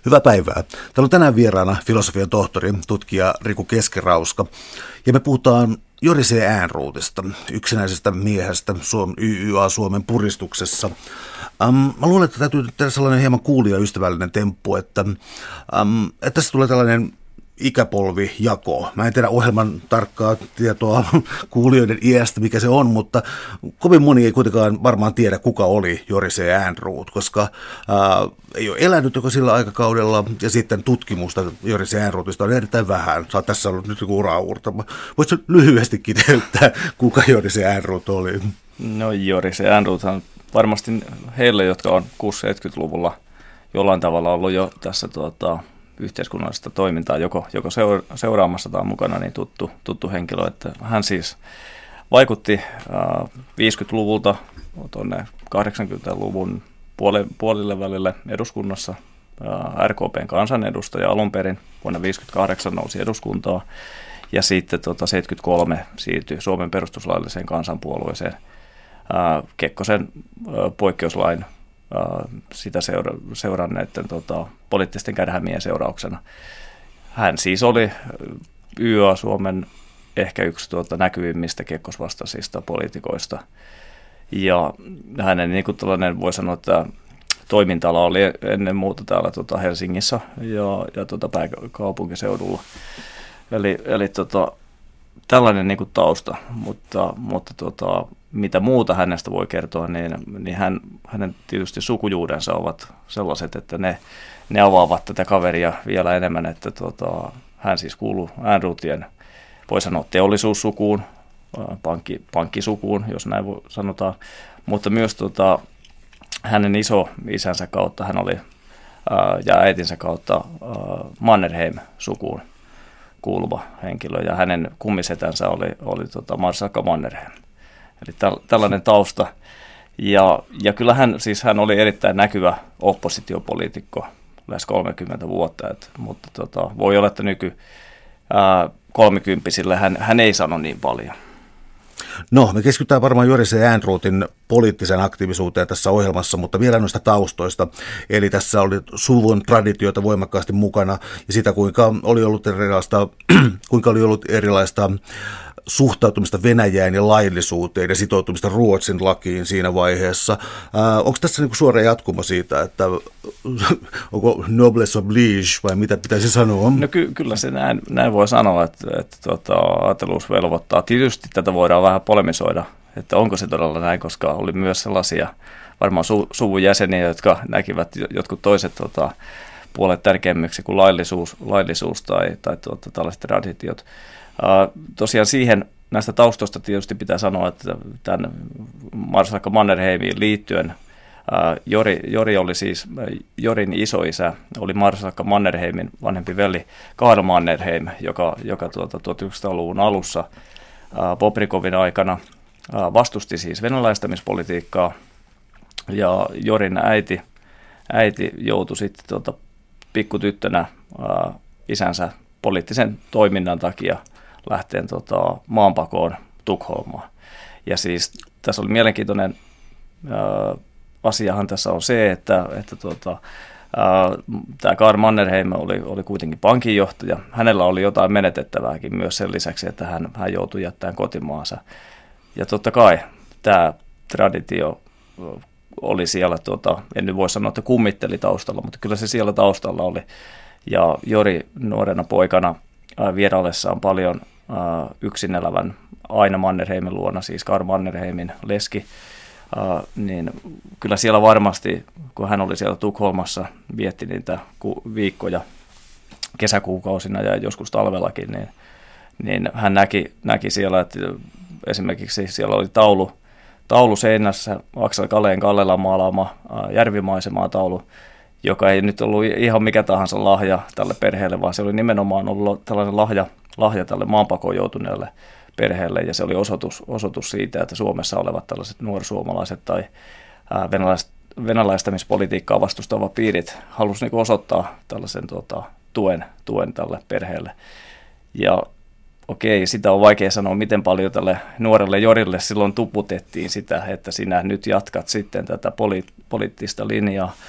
Hyvää päivää. Täällä on tänään vieraana filosofian tohtori, tutkija Riku Keskerauska. Ja me puhutaan Jori C. Ehrnrootista, yksinäisestä miehestä YYA Suomen puristuksessa. Mä luulen, että täytyy tehdä sellainen hieman kuulijaystävällinen temppu, että tässä tulee tällainen ikäpolvijako. Mä en tiedä ohjelman tarkkaa tietoa kuulijoiden iästä, mikä se on, mutta kovin moni ei kuitenkaan varmaan tiedä, kuka oli Jori C. Ehrnrooth, koska ei ole elänyt joko sillä aikakaudella, ja sitten tutkimusta Jori C. Ehrnroothista on erittäin vähän. Sä oot tässä ollut nyt joku ura-uurtama. Voitko lyhyesti kiteyttää, kuka Jori C. Ehrnrooth oli? No Jori C. Ehrnrooth on varmasti heille, jotka on 60-70-luvulla jollain tavalla ollut jo tässä yhteiskunnallista toimintaa, joko seuraamassa tai mukana, niin tuttu henkilö. Että hän siis vaikutti 50-luvulta tuonne 80-luvun puolille välille eduskunnassa. RKPn kansanedustaja alun perin vuonna 1958 nousi eduskuntaan ja sitten 1973 siirtyi Suomen perustuslailliseen kansanpuolueeseen Kekkosen poikkeuslain sitä seuranneiden poliittisten kärhämien seurauksena. Hän siis oli YYA Suomen ehkä yksi näkyvimmistä kekkosvastaisista poliitikoista. Ja hänen niin kuin tällainen, voi sanoa, että toimintala oli ennen muuta täällä Helsingissä ja pääkaupunkiseudulla. Eli tällainen niin kuin tausta, mutta mitä muuta hänestä voi kertoa, niin hänen tietysti sukujuudensa ovat sellaiset, että ne avaavat tätä kaveria vielä enemmän, että hän siis kuuluu Ehrnroothien, voi sanoa teollisuussukuun, pankkisukuun, jos näin sanotaan, mutta myös hänen isänsä kautta hän oli ja äitinsä kautta Mannerheim-sukuun kuuluva henkilö, ja hänen kummisetänsä oli Marsalkka Mannerheim. Eli tällainen tausta. Ja kyllä hän oli erittäin näkyvä oppositiopoliitikko lähes 30 vuotta, mutta voi olla, että kolmikymppisille hän ei sano niin paljon. No, me keskitytään varmaan Jori C. Ehrnroothin poliittisen aktiivisuuteen tässä ohjelmassa, mutta vielä noista taustoista. Eli tässä oli suvun traditioita voimakkaasti mukana ja sitä, kuinka oli ollut erilaista suhtautumista Venäjään ja laillisuuteen ja sitoutumista Ruotsin lakiin siinä vaiheessa. Onko tässä niinku suora jatkuma siitä, että onko noblesse oblige vai mitä pitäisi sanoa? No kyllä se näin voi sanoa, että aateluus velvoittaa. Tietysti tätä voidaan vähän polemisoida, että onko se todella näin, koska oli myös sellaisia varmaan suvun jäseniä, jotka näkivät jotkut toiset puolet tärkeimmiksi kuin laillisuus tai tällaiset traditiot. Tosiaan näistä taustoista tietysti pitää sanoa, että tämän Marsalkka Mannerheimiin liittyen Jori oli siis, Jorin isoisä oli Marsalkka Mannerheimin vanhempi veli Karl Mannerheim, joka 1900-luvun alussa Bobrikovin aikana vastusti siis venäläistämispolitiikkaa, ja Jorin äiti joutui sitten pikkutyttönä isänsä poliittisen toiminnan takia lähteen maanpakoon Tukholmaan. Ja siis tässä oli mielenkiintoinen asiahan tässä on se, että tämä Karl Mannerheim oli kuitenkin pankinjohtaja. Hänellä oli jotain menetettävääkin myös sen lisäksi, että hän joutui jättämään kotimaansa. Ja totta kai tämä traditio oli siellä, en nyt voi sanoa, että kummitteli taustalla, mutta kyllä se siellä taustalla oli. Ja Jori nuorena poikana vieraillessaan paljon yksin elävän Aina Mannerheimin luona, siis Karl Mannerheimin leski, niin kyllä siellä varmasti, kun hän oli siellä Tukholmassa, vietti niitä viikkoja kesäkuukausina ja joskus talvellakin, niin hän näki siellä, että esimerkiksi siellä oli taulu seinässä, Aksel Kaleen Kallelan maalaama järvimaisemaa taulu, joka ei nyt ollut ihan mikä tahansa lahja tälle perheelle, vaan se oli nimenomaan ollut tällainen lahja tälle maanpakoon joutuneelle perheelle, ja se oli osoitus siitä, että Suomessa olevat tällaiset nuorisuomalaiset tai venäläistämispolitiikkaa vastustavat piirit halusivat niin osoittaa tällaisen tuen tälle perheelle. Ja okei, sitä on vaikea sanoa, miten paljon tälle nuorelle Jorille silloin tuputettiin sitä, että sinä nyt jatkat sitten tätä poliittista linjaa.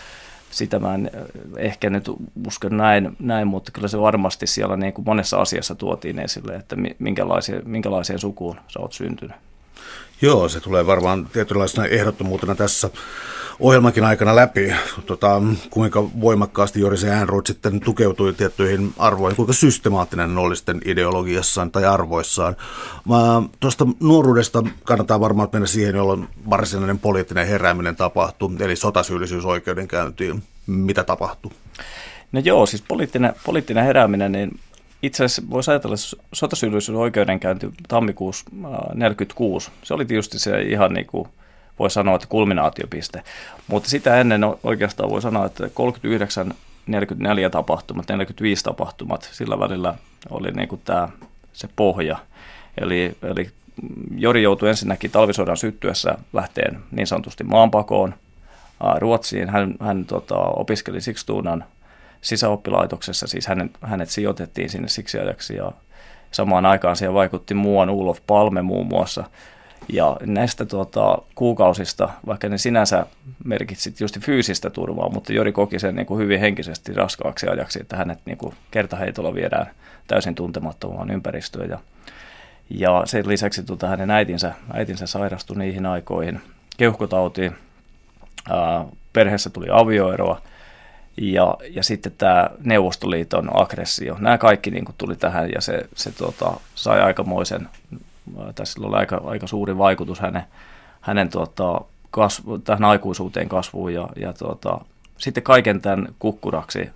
sitä mä en ehkä nyt usko näin, mutta kyllä se varmasti siellä niin kuin monessa asiassa tuotiin esille, että minkälaiseen sukuun sä oot syntynyt. Joo, se tulee varmaan tietynlaisena ehdottomuutena tässä ohjelmankin aikana läpi, kuinka voimakkaasti Joris Ehrnrooth sitten tukeutui tiettyihin arvoihin, kuinka systemaattinen oli sitten ideologiassaan tai arvoissaan. Tuosta nuoruudesta kannattaa varmaan mennä siihen, jolloin varsinainen poliittinen herääminen tapahtui, eli sotasyyllisyysoikeudenkäyntiin. Mitä tapahtui? No joo, siis poliittinen herääminen, niin itse asiassa voisi ajatella, että sotasyyllisyysoikeudenkäynti tammikuussa 1946, se oli tietysti se ihan niin kuin voi sanoa, että kulminaatiopiste, mutta sitä ennen oikeastaan voi sanoa, että 39-44 tapahtumat, 45 tapahtumat, sillä välillä oli niin kuin se pohja. Eli Jori joutui ensinnäkin talvisodan syttyessä lähteen niin sanotusti maanpakoon Ruotsiin. Hän opiskeli Sigtunan sisäoppilaitoksessa, siis hänet sijoitettiin sinne siksi ajaksi ja samaan aikaan siihen vaikutti muuan Olof Palme muun muassa. Ja näistä kuukausista, vaikka ne sinänsä merkitsit just fyysistä turvaa, mutta Jori koki sen niin kuin hyvin henkisesti raskaaksi ajaksi, että hänet niin kuin kertaheitolla viedään täysin tuntemattomaan ympäristöön. Ja sen lisäksi hänen äitinsä sairastui niihin aikoihin keuhkotautiin, perheessä tuli avioeroa ja sitten tämä Neuvostoliiton aggressio. Nämä kaikki niin kuin tuli tähän ja se sai aikamoisen, tässä oli aika suuri vaikutus hänen tähän aikuisuuteen kasvuun ja sitten kaiken tämän kukkuraksi,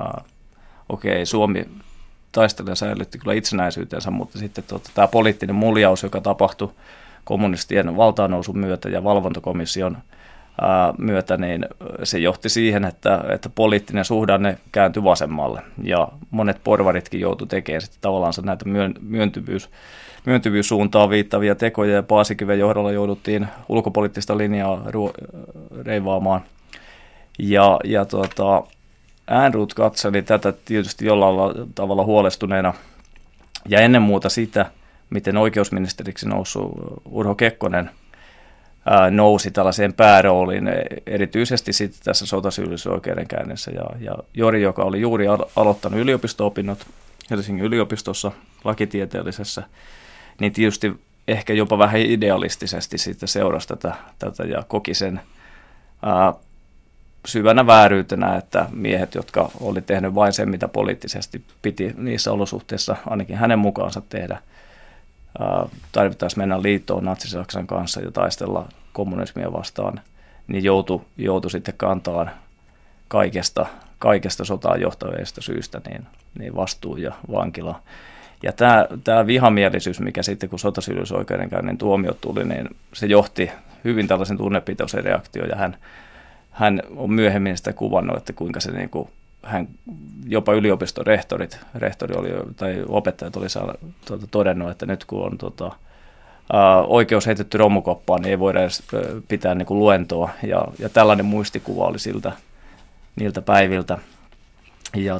Suomi taisteli ja säilytti kyllä itsenäisyytensä, mutta sitten tämä poliittinen muljaus, joka tapahtui kommunistien valtaannousun myötä ja valvontakomission myötä, niin se johti siihen, että poliittinen suhdanne kääntyi vasemmalle ja monet porvaritkin joutui tekemään sitten tavallaan näitä myöntyvyyssuuntaan viittavia tekoja ja Paasikiven johdolla jouduttiin ulkopoliittista linjaa reivaamaan ja Ehrnrooth katseli tätä tietysti jollain tavalla huolestuneena ja ennen muuta sitä, miten oikeusministeriksi noussut Urho Kekkonen nousi tällaiseen päärooliin, erityisesti sitten tässä sotasyyllisyysoikeudenkäynnissä. Ja Jori, joka oli juuri aloittanut yliopisto-opinnot Helsingin yliopistossa lakitieteellisessä, niin tietysti ehkä jopa vähän idealistisesti sitten seurasi tätä ja koki sen syvänä vääryytenä, että miehet, jotka oli tehnyt vain sen, mitä poliittisesti piti niissä olosuhteissa, ainakin hänen mukaansa tehdä, tarvittaisiin mennä liittoon Natsi-Saksan kanssa ja taistella kommunismia vastaan, niin joutui sitten kantamaan kaikesta sotaan johtavista syistä niin vastuun ja vankila. Ja tämä vihamielisyys, mikä sitten kun sotasyyllisyysoikeudenkäynnin tuomiot tuli, niin se johti hyvin tällaisen tunnepitoisen reaktioon ja hän on myöhemmin sitä kuvannut, että kuinka se niin kuin, jopa yliopiston rehtori oli, tai opettajat oli todennut, että nyt kun on oikeus heitetty romukoppaan, niin ei voida edes pitää niin kuin luentoa. Ja tällainen muistikuva oli niiltä päiviltä. Ja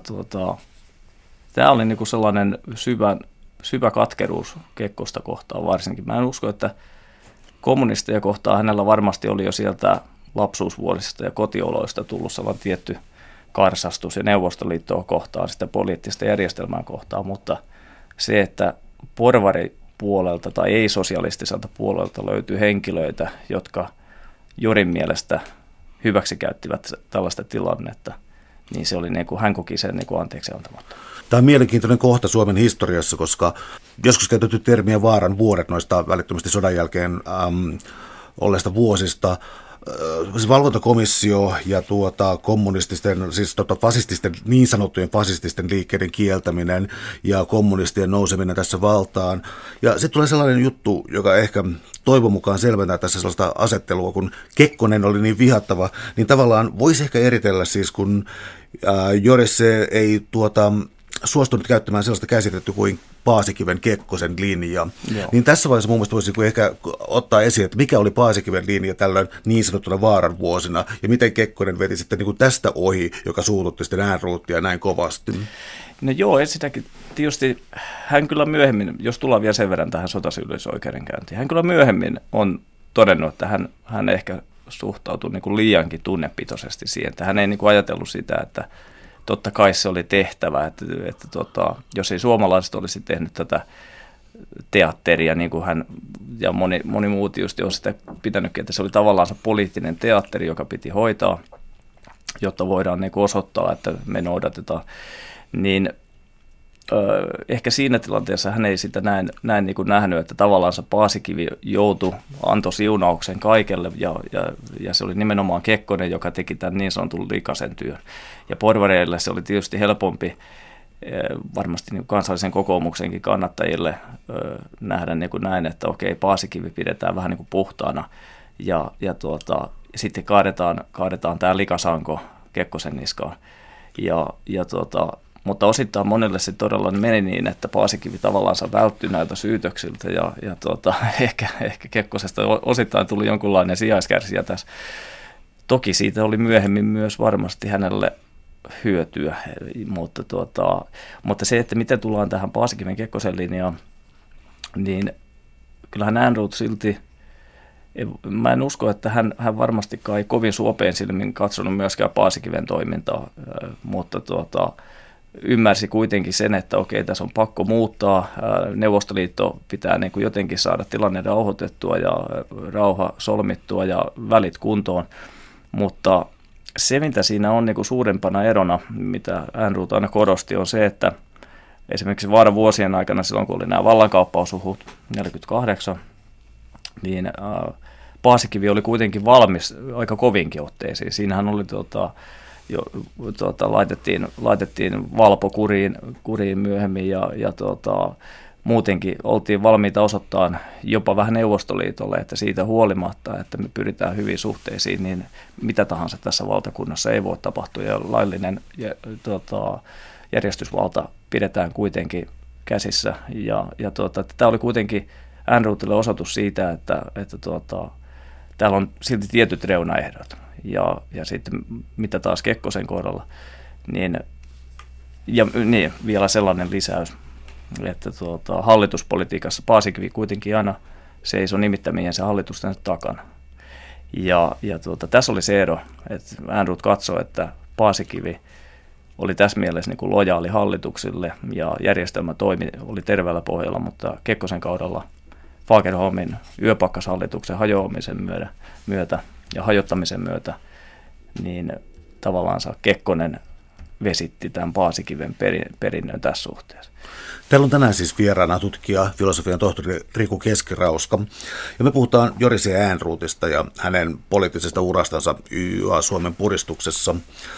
tämä oli niin kuin sellainen syvä katkeruus Kekkosta kohtaan varsinkin. Mä en usko, että kommunisteja kohtaan hänellä varmasti oli jo sieltä lapsuusvuosista ja kotioloista tullut sellainen tietty karsastus ja Neuvostoliittoa kohtaan, sitä poliittista järjestelmää kohtaan, mutta se, että porvaripuolelta tai ei-sosialistiselta puolelta löytyy henkilöitä, jotka Jorin mielestä hyväksikäyttivät tällaista tilannetta, niin se oli niin kuin, hän koki sen niin kuin anteeksi antamatta. Tämä on mielenkiintoinen kohta Suomen historiassa, koska joskus käytetty termiä vaaran vuodet noista välittömästi sodan jälkeen olleista vuosista. Valvontakomissio ja kommunististen, siis fasististen, niin sanottujen fasististen liikkeiden kieltäminen ja kommunistien nouseminen tässä valtaan. Ja sitten tulee sellainen juttu, joka ehkä toivon mukaan selventää tässä sellaista asettelua, kun Kekkonen oli niin vihattava, niin tavallaan voisi ehkä eritellä siis, kun Joris ei suostunut käyttämään sellaista käsitettä kuin Paasikiven Kekkosen linja. Joo. Niin tässä vaiheessa mun mielestä voisi ehkä ottaa esiin, että mikä oli Paasikiven linja tällöin niin sanottuna vaaran vuosina, ja miten Kekkonen veti sitten niin kuin tästä ohi, joka suututti sitten Ehrnroothia näin kovasti. No joo, ensinnäkin tietysti hän kyllä myöhemmin, jos tullaan vielä sen verran tähän sotasyyllisyysoikeudenkäyntiin, hän kyllä myöhemmin on todennut, että hän ehkä suhtautui niin kuin liiankin tunnepitoisesti siihen, että hän ei niin kuin ajatellut sitä, että totta kai se oli tehtävä, että jos ei suomalaiset olisi tehnyt tätä teatteria, niin kuin hän ja moni muu tietysti on sitä pitänytkin, että se oli tavallaan se poliittinen teatteri, joka piti hoitaa, jotta voidaan niin kuin osoittaa, että me noudatetaan, niin ehkä siinä tilanteessa hän ei sitä näin niin kuin nähnyt, että tavallaan se Paasikivi antoi siunauksen kaikelle ja se oli nimenomaan Kekkonen, joka teki tämän niin sanotun likaisen työn. Ja porvareille se oli tietysti helpompi varmasti niin kansallisen kokoomuksenkin kannattajille nähdä niin kuin näin, että okei, Paasikivi pidetään vähän niin kuin puhtaana ja sitten kaadetaan tämä likasanko Kekkosen niskaan. Mutta osittain monelle se todella meni niin, että Paasikivi tavallaan välttyi näiltä syytöksiltä ja ehkä Kekkosesta osittain tuli jonkunlainen sijaiskärsijä tässä. Toki siitä oli myöhemmin myös varmasti hänelle hyötyä, mutta se, että miten tullaan tähän Paasikiven Kekkosen linjaan, niin kyllähän Ehrnrooth silti, mä en usko, että hän varmastikaan ei kovin suopein silmin katsonut myöskään Paasikiven toimintaa, mutta ymmärsi kuitenkin sen, että okei, tässä on pakko muuttaa, Neuvostoliitto pitää niin kuin jotenkin saada tilanne rauhoitettua ja rauha solmittua ja välit kuntoon, mutta se, mitä siinä on niin kuin suurempana erona, mitä Ehrnrooth aina korosti, on se, että esimerkiksi vuosien aikana, silloin kun oli nämä vallankaappausuhut 1948, niin Paasikivi oli kuitenkin valmis aika kovinkin otteisiin. Siinähän oli laitettiin Valpo kuriin myöhemmin ja muutenkin oltiin valmiita osoittamaan jopa vähän Neuvostoliitolle, että siitä huolimatta, että me pyritään hyviin suhteisiin, niin mitä tahansa tässä valtakunnassa ei voi tapahtua ja laillinen järjestysvalta pidetään kuitenkin käsissä. Tämä oli kuitenkin Ehrnroothille osoitus siitä, että täällä on silti tietyt reunaehdot. Ja sitten mitä taas Kekkosen kohdalla, niin vielä sellainen lisäys, että hallituspolitiikassa Paasikivi kuitenkin aina seisoi nimittämiensä hallitusten takana. Tässä oli se ero, että Ehrnrooth katsoi, että Paasikivi oli tässä mielessä niin kuin lojaali hallituksille ja järjestelmä oli terveellä pohjalla, mutta Kekkosen kaudella Fagerholmin yöpakkashallituksen hajoamisen myötä ja hajottamisen myötä, niin tavallaan Kekkonen vesitti tämän Paasikiven perinnön tässä suhteessa. Täällä on tänään siis vieraana tutkija, filosofian tohtori Riku Keskirauska, ja me puhutaan Jori C. Ehrnroothista ja hänen poliittisesta urastansa YYA Suomen puristuksessa.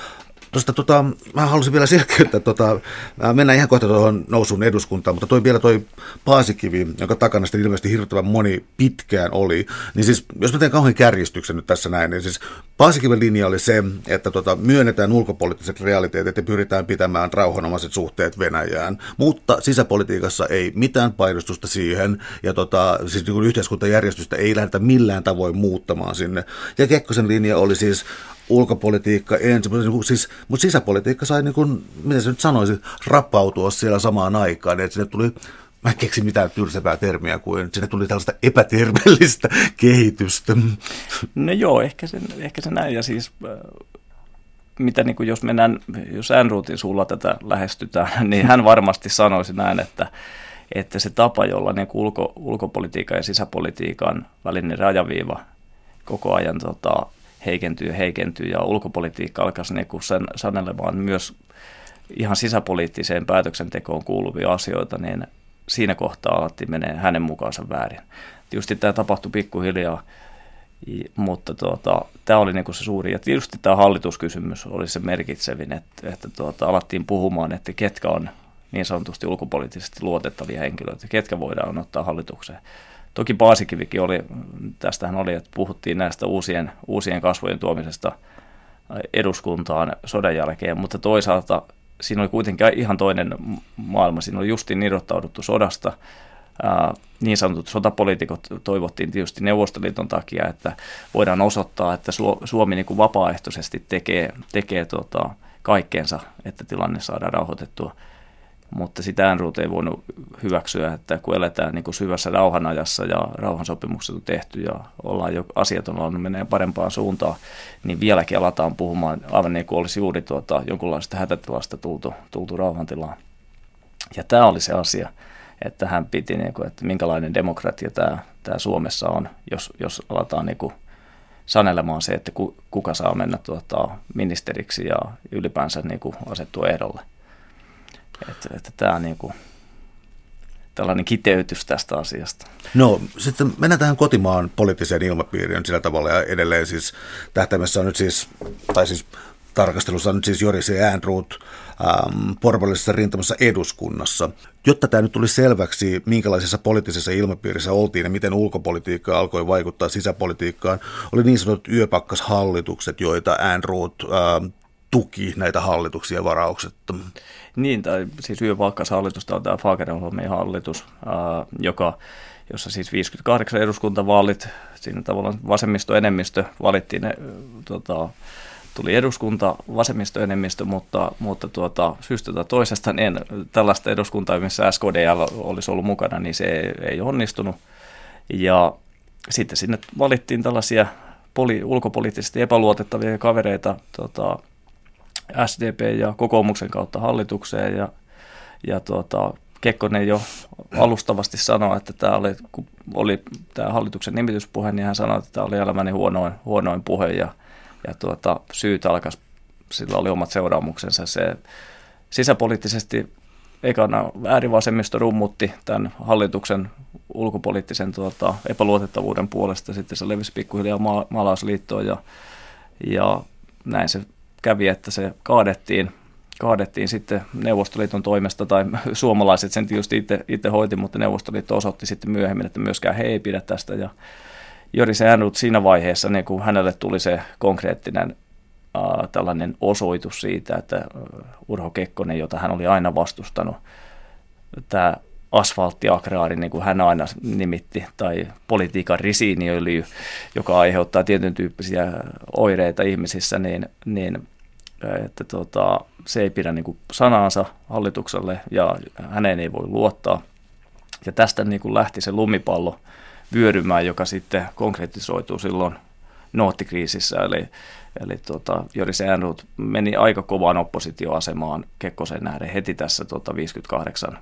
Mä halusin vielä selkeyttää, mennään ihan kohta tuohon nousuun eduskuntaan, mutta toi Paasikivi, jonka takana sitten ilmeisesti hirvittävän moni pitkään oli, niin siis jos mä teen kauhean kärjistyksen nyt tässä näin, niin siis Paasikiven linja oli se, että myönnetään ulkopoliittiset realiteetit ja pyritään pitämään rauhanomaiset suhteet Venäjään, mutta sisäpolitiikassa ei mitään painostusta siihen, ja siis niin yhteiskuntajärjestystä ei lähdetä millään tavoin muuttamaan sinne. Ja Kekkosen linja oli siis ulkopolitiikka ensin, mutta sisäpolitiikka sai, niin kuin, miten se nyt sanoisi, rappautua siellä samaan aikaan, että sinne tuli, mä en keksi mitään tylsempää termiä kuin, sinne tuli tällaista epäterveellistä kehitystä. No joo, ehkä se näin, ja siis mitä niin kuin jos Ehrnroothin suulla tätä lähestytään, niin hän varmasti sanoisi näin, että se tapa, jolla niin ulkopolitiikan ja sisäpolitiikan välinen rajaviiva koko ajan heikentyy ja ulkopolitiikka alkaisi niinku sanelemaan myös ihan sisäpoliittiseen päätöksentekoon kuuluvia asioita, niin siinä kohtaa alettiin menee hänen mukaansa väärin. Tietysti tämä tapahtui pikkuhiljaa, mutta tämä oli niinku se suuri, ja tietysti tämä hallituskysymys oli se merkitsevin, että alettiin puhumaan, että ketkä on niin sanotusti ulkopoliittisesti luotettavia henkilöitä, ketkä voidaan ottaa hallitukseen. Toki Paasikivikin oli, tästähän oli, että puhuttiin näistä uusien kasvojen tuomisesta eduskuntaan sodan jälkeen, mutta toisaalta siinä oli kuitenkin ihan toinen maailma. Siinä oli justiin irrottauduttu sodasta. Niin sanotut sotapoliitikot toivottiin tietysti Neuvostoliiton takia, että voidaan osoittaa, että Suomi niin kuin vapaaehtoisesti tekee kaikkeensa, että tilanne saadaan rauhoitettua. Mutta sitä Ehrnrooth ei voinut hyväksyä, että kun eletään niin kuin syvässä rauhanajassa ja rauhansopimukset on tehty ja asiat on ollut menee parempaan suuntaan, niin vieläkin aletaan puhumaan aivan niin kuin olisi juuri jonkunlaista hätätilasta tultu rauhantilaan. Ja tämä oli se asia, että hän piti, niin kuin, että minkälainen demokratia tämä Suomessa on, jos aletaan niin kuin sanelemaan se, että kuka saa mennä ministeriksi ja ylipäänsä niin kuin asettua ehdolle. Että tämä on niin kuin tällainen kiteytys tästä asiasta. No sitten mennään tähän kotimaan poliittiseen ilmapiiriin sillä tavalla ja edelleen siis tähtäimessä on nyt siis tarkastelussa on nyt siis Jori C. Ehrnrooth porvallisessa rintamassa eduskunnassa. Jotta tämä nyt tuli selväksi, minkälaisessa poliittisessa ilmapiirissä oltiin ja miten ulkopolitiikka alkoi vaikuttaa sisäpolitiikkaan, oli niin sanotut yöpakkashallitukset, joita Ehrnrooth tuki näitä hallituksia varauksetta. Niin, tai siis yöpakkashallitus, tämä on tämä Fagerholmin hallitus, jossa siis 58 eduskuntavaalit, siinä tavallaan vasemmistoenemmistö valittiin, tuli eduskunta vasemmistoenemmistö, mutta syystä tai toisesta niin tällaista eduskuntaa, missä SKDL olisi ollut mukana, niin se ei onnistunut. Ja sitten sinne valittiin tällaisia ulkopoliittisesti epäluotettavia kavereita SDP ja kokoomuksen kautta hallitukseen ja Kekkonen jo alustavasti sanoi, että tämä oli tämä hallituksen nimityspuhe, niin hän sanoi, että tämä oli elämäni huonoin puhe ja syyt alkaisi, sillä oli omat seuraamuksensa. Se sisäpoliittisesti ekana äärivasemmisto rummutti tämän hallituksen ulkopoliittisen epäluotettavuuden puolesta, sitten se levisi pikkuhiljaa maalaisliittoon ja näin se kävi, että se kaadettiin sitten Neuvostoliiton toimesta, tai suomalaiset sen tietysti itse hoiti, mutta Neuvostoliitto osoitti sitten myöhemmin, että myöskään he ei pidä tästä. Ja Jori C. Ehrnrooth siinä vaiheessa, niin kun hänelle tuli se konkreettinen tällainen osoitus siitä, että Urho Kekkonen, jota hän oli aina vastustanut, tämä asfalttiakraari, niin kuin hän aina nimitti, tai politiikan risiiniöljy, joka aiheuttaa tietyn tyyppisiä oireita ihmisissä, niin että se ei pidä niin kuin sanaansa hallitukselle ja häneen ei voi luottaa. Ja tästä niin kuin lähti se lumipallo vyörymään, joka sitten konkretisoituu silloin noottikriisissä, eli Jori C. Ehrnrooth meni aika kovaan oppositioasemaan Kekkosen nähden heti tässä 58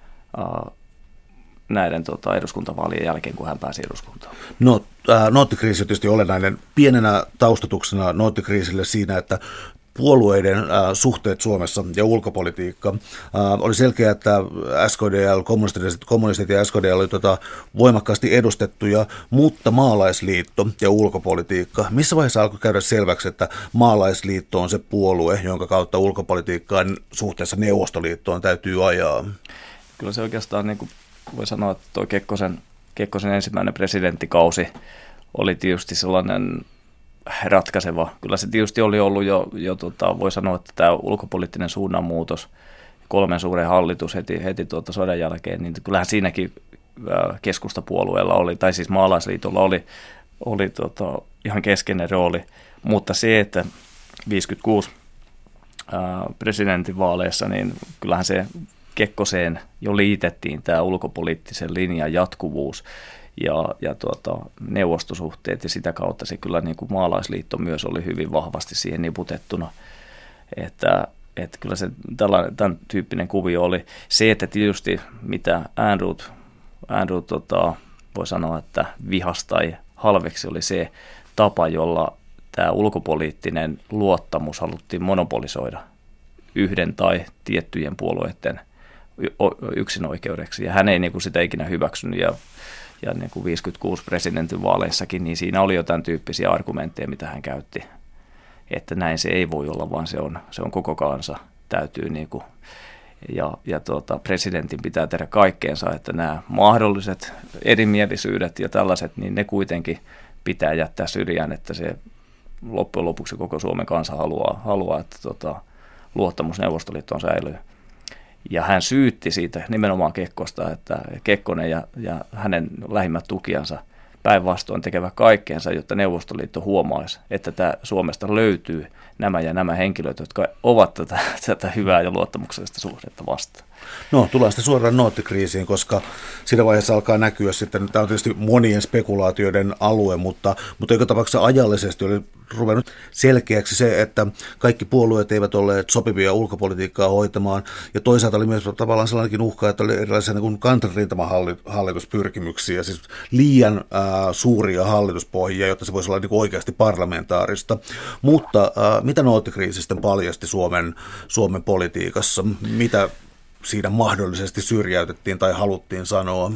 näiden eduskuntavaalien jälkeen, kun hän pääsi eduskuntaan. No, noottikriisi on tietysti olennainen. Pienenä taustatuksena noottikriisille siinä, että puolueiden suhteet Suomessa ja ulkopolitiikka oli selkeää, että SKDL, kommunistit ja SKDL oli voimakkaasti edustettuja, mutta maalaisliitto ja ulkopolitiikka. Missä vaiheessa alkoi käydä selväksi, että maalaisliitto on se puolue, jonka kautta ulkopolitiikkaan suhteessa Neuvostoliittoon täytyy ajaa? Kyllä se oikeastaan, niin kuin voi sanoa, että tuo Kekkosen ensimmäinen presidenttikausi oli tietysti sellainen ratkaiseva. Kyllä se tietysti oli ollut jo voi sanoa, että tämä ulkopoliittinen suunnanmuutos, 3 suuren hallitus heti sodan jälkeen, niin kyllähän siinäkin keskustapuolueella oli, tai siis maalaisliitolla oli ihan keskeinen rooli, mutta se, että 56 presidentinvaaleissa, niin kyllähän se Kekkoseen jo liitettiin tämä ulkopoliittisen linjan jatkuvuus ja neuvostosuhteet, ja sitä kautta se kyllä niin kuin maalaisliitto myös oli hyvin vahvasti siihen niputettuna, että kyllä se tämän tyyppinen kuvio oli. Se, että tietysti mitä Ehrnrooth voi sanoa, että vihas tai halveksi, oli se tapa, jolla tämä ulkopoliittinen luottamus haluttiin monopolisoida yhden tai tiettyjen puolueiden yksinoikeudeksi, ja hän ei niin kuin sitä ikinä hyväksynyt, ja niin kuin 56 presidentinvaaleissakin, niin siinä oli jotain tyyppisiä argumentteja, mitä hän käytti, että näin se ei voi olla, vaan se on koko kansa, täytyy niin kuin, ja presidentin pitää tehdä kaikkeensa, että nämä mahdolliset erimielisyydet ja tällaiset, niin ne kuitenkin pitää jättää syrjään, että se loppujen lopuksi koko Suomen kansa haluaa että luottamus Neuvostoliittoon säilyy. Ja hän syytti siitä nimenomaan Kekkosta, että Kekkonen ja hänen lähimmät tukijansa päinvastoin tekevät kaikkeensa, jotta Neuvostoliitto huomaisi, että Suomesta löytyy nämä ja nämä henkilöt, jotka ovat tätä hyvää ja luottamuksellista suhdetta vastaan. No, tullaan sitten suoraan noottikriisiin, koska siinä vaiheessa alkaa näkyä sitten, tämä on tietysti monien spekulaatioiden alue, mutta joka tapauksessa ajallisesti oli ruvennut selkeäksi se, että kaikki puolueet eivät olleet sopivia ulkopolitiikkaa hoitamaan, ja toisaalta oli myös tavallaan sellainenkin uhka, että oli erilaisia niin kuin kansanrintamahallisuuspyrkimyksiä, siis liian suuria hallituspohjia, jotta se voisi olla niin kuin oikeasti parlamentaarista. Mutta mitä noottikriisi sitten paljasti Suomen politiikassa? Mitä siinä mahdollisesti syrjäytettiin tai haluttiin sanoa?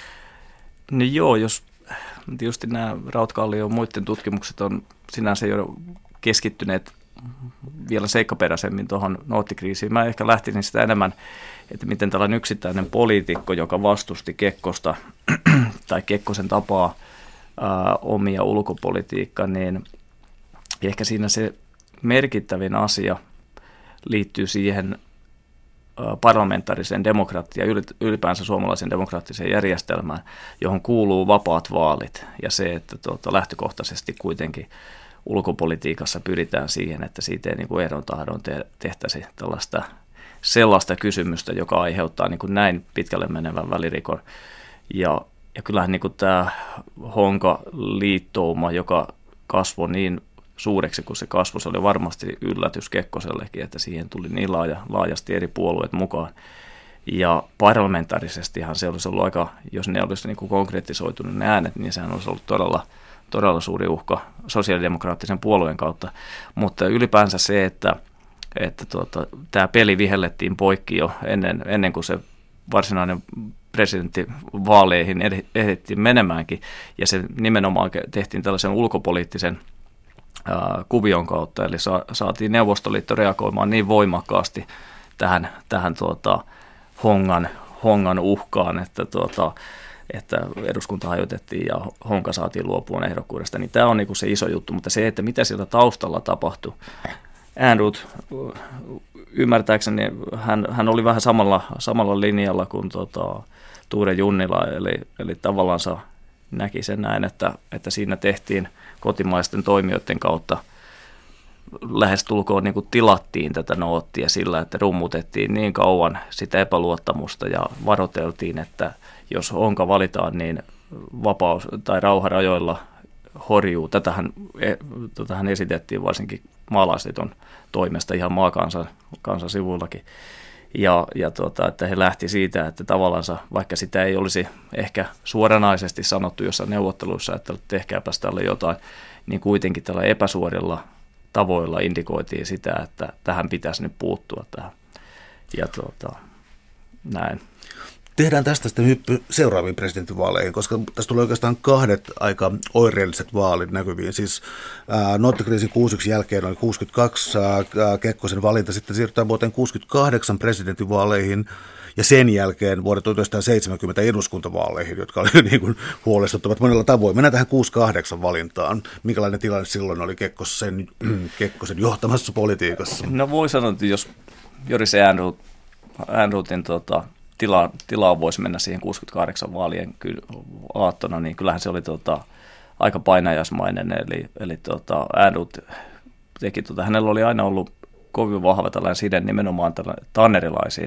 No joo, jos tietysti nämä Rautkallion muiden tutkimukset on sinänsä jo keskittyneet vielä seikkaperäisemmin tuohon noottikriisiin. Mä ehkä lähtisin sitä enemmän, että miten tällainen yksittäinen poliitikko, joka vastusti Kekkosta tai Kekkosen tapaa omia ulkopolitiikkaa, niin ehkä siinä se merkittävin asia liittyy siihen parlamentaariseen demokratiaan, ylipäänsä suomalaisen demokraattiseen järjestelmään, johon kuuluu vapaat vaalit ja se, että lähtökohtaisesti kuitenkin ulkopolitiikassa pyritään siihen, että siitä ei niin kuin ehdon tahdon tehtäisi sellaista kysymystä, joka aiheuttaa niin kuin näin pitkälle menevän välirikon. Ja kyllähän niin kuin tämä Honka-liittouma, joka kasvoi niin suureksi kuin se kasvu, se oli varmasti yllätys Kekkosellekin, että siihen tuli niin laajasti eri puolueet mukaan. Ja parlamentaarisestihan se olisi ollut aika, jos ne olisi niin kuin konkretisoitunut ne äänet, niin sehän olisi ollut todella suuri uhka sosiaalidemokraattisen puolueen kautta. Mutta ylipäänsä se, että tämä peli vihellettiin poikki jo ennen kuin se varsinainen presidenttivaaleihin ehdittiin menemäänkin, ja se nimenomaan tehtiin tällaisen ulkopoliittisen kuvion kautta, eli saatiin Neuvostoliitto reagoimaan niin voimakkaasti tähän Hongan uhkaan, että eduskunta hajotettiin ja Honka saatiin luopuun ehdokkuudesta, niin tämä on niinku se iso juttu, mutta se, että mitä siellä taustalla tapahtui, Ehrnrooth ymmärtääkseni, hän oli vähän samalla linjalla kuin Ture Junnila, eli tavallaan näki sen näin, että siinä tehtiin kotimaisten toimijoiden kautta lähestulkoon niin kuin tilattiin tätä noottia sillä, että rummutettiin niin kauan sitä epäluottamusta ja varoteltiin, että jos Honka valitaan, niin vapaus- tai rauharajoilla horjuu. Tätähän esitettiin varsinkin maalaisliiton toimesta ihan maakansan sivuillakin. Ja että he lähti siitä, että tavallaan vaikka sitä ei olisi ehkä suoranaisesti sanottu jossain neuvotteluissa, että tehkääpäs tälle jotain, niin kuitenkin tällä epäsuorilla tavoilla indikoitiin sitä, että tähän pitäisi nyt puuttua tähän. Ja näin. Tehdään tästä sitten hyppy seuraaviin presidentinvaaleihin, koska tässä tulee oikeastaan kahdet aika oireelliset vaalit näkyviin. Siis noottikriisin 61 jälkeen oli 62 Kekkosen valinta, sitten siirrytään vuoteen 68 presidentinvaaleihin ja sen jälkeen vuoden 1970 eduskuntavaaleihin, jotka oli niin kuin huolestuttavat monella tavoin. Mennään tähän 68 valintaan. Minkälainen tilanne silloin oli Kekkosen johtamassa politiikassa? No voi sanoa, että jos Joris Ehrnroothin tilaa voisi mennä siihen 68 vaalien aattona, niin kyllähän se oli aika painajaismainen, eli Ehrnrooth teki, hänellä oli aina ollut kovin vahva tällainen side nimenomaan tannerilaisiin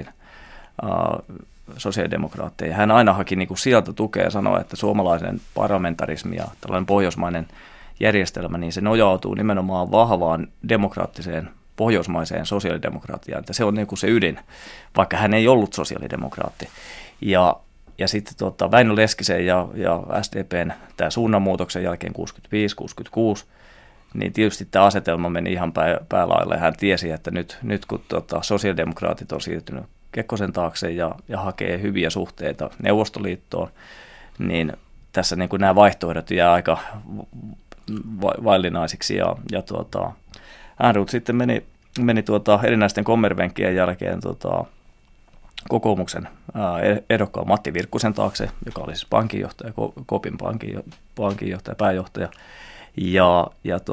sosiaalidemokraatteihin. Hän aina haki niin kuin sieltä tukea ja sanoi, että suomalainen parlamentarismi ja tällainen pohjoismainen järjestelmä, niin se nojautuu nimenomaan vahvaan demokraattiseen pohjoismaiseen sosiaalidemokratiaan, että se on niin kuin se ydin, vaikka hän ei ollut sosiaalidemokraatti. Ja sitten Väinö Leskisen ja SDPn tämä suunnanmuutoksen jälkeen 65-66, niin tietysti tämä asetelma meni ihan päälaille. Hän tiesi, että nyt kun sosiaalidemokraatit on siirtynyt Kekkosen taakse ja hakee hyviä suhteita Neuvostoliittoon, niin tässä niin kuin nämä vaihtoehdot jää aika vaillinaisiksi ja Ehrnrooth sitten meni erinäisten kommervenkkien jälkeen kokoomuksen ehdokkaan Matti Virkkusen taakse, joka oli siis pankinjohtaja, Kopin pankinjohtaja, pääjohtaja, ja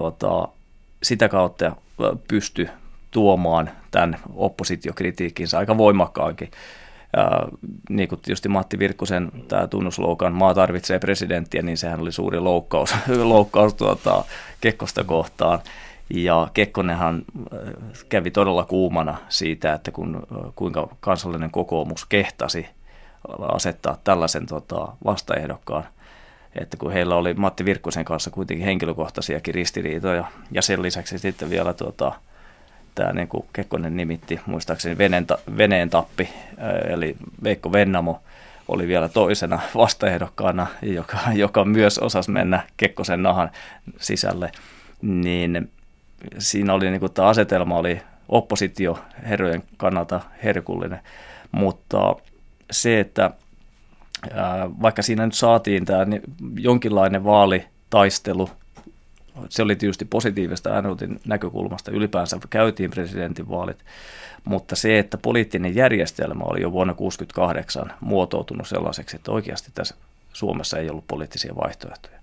sitä kautta pystyi tuomaan tämän oppositiokritiikkinsä aika voimakkaankin niin kuin tietysti Matti Virkkusen tämä tunnusloukan maa tarvitsee presidenttiä, niin sehän oli suuri loukkaus Kekkosta kohtaan. Ja Kekkonenhan kävi todella kuumana siitä, että kuinka kansallinen kokoomus kehtasi asettaa tällaisen vastaehdokkaan, että kun heillä oli Matti Virkkusen kanssa kuitenkin henkilökohtaisiakin ristiriitoja, ja sen lisäksi sitten vielä tämä niin kuin Kekkonen nimitti, muistaakseni Veneen tappi, eli Veikko Vennamo oli vielä toisena vastaehdokkaana, joka myös osasi mennä Kekkosen nahan sisälle, niin siinä oli niin kuin tämä asetelma oli oppositioherrojen kannalta herkullinen, mutta se, että vaikka siinä nyt saatiin tämä jonkinlainen vaalitaistelu, se oli tietysti positiivista Ehrnroothin näkökulmasta, ylipäänsä käytiin presidentinvaalit, mutta se, että poliittinen järjestelmä oli jo vuonna 1968 muotoutunut sellaiseksi, että oikeasti tässä Suomessa ei ollut poliittisia vaihtoehtoja.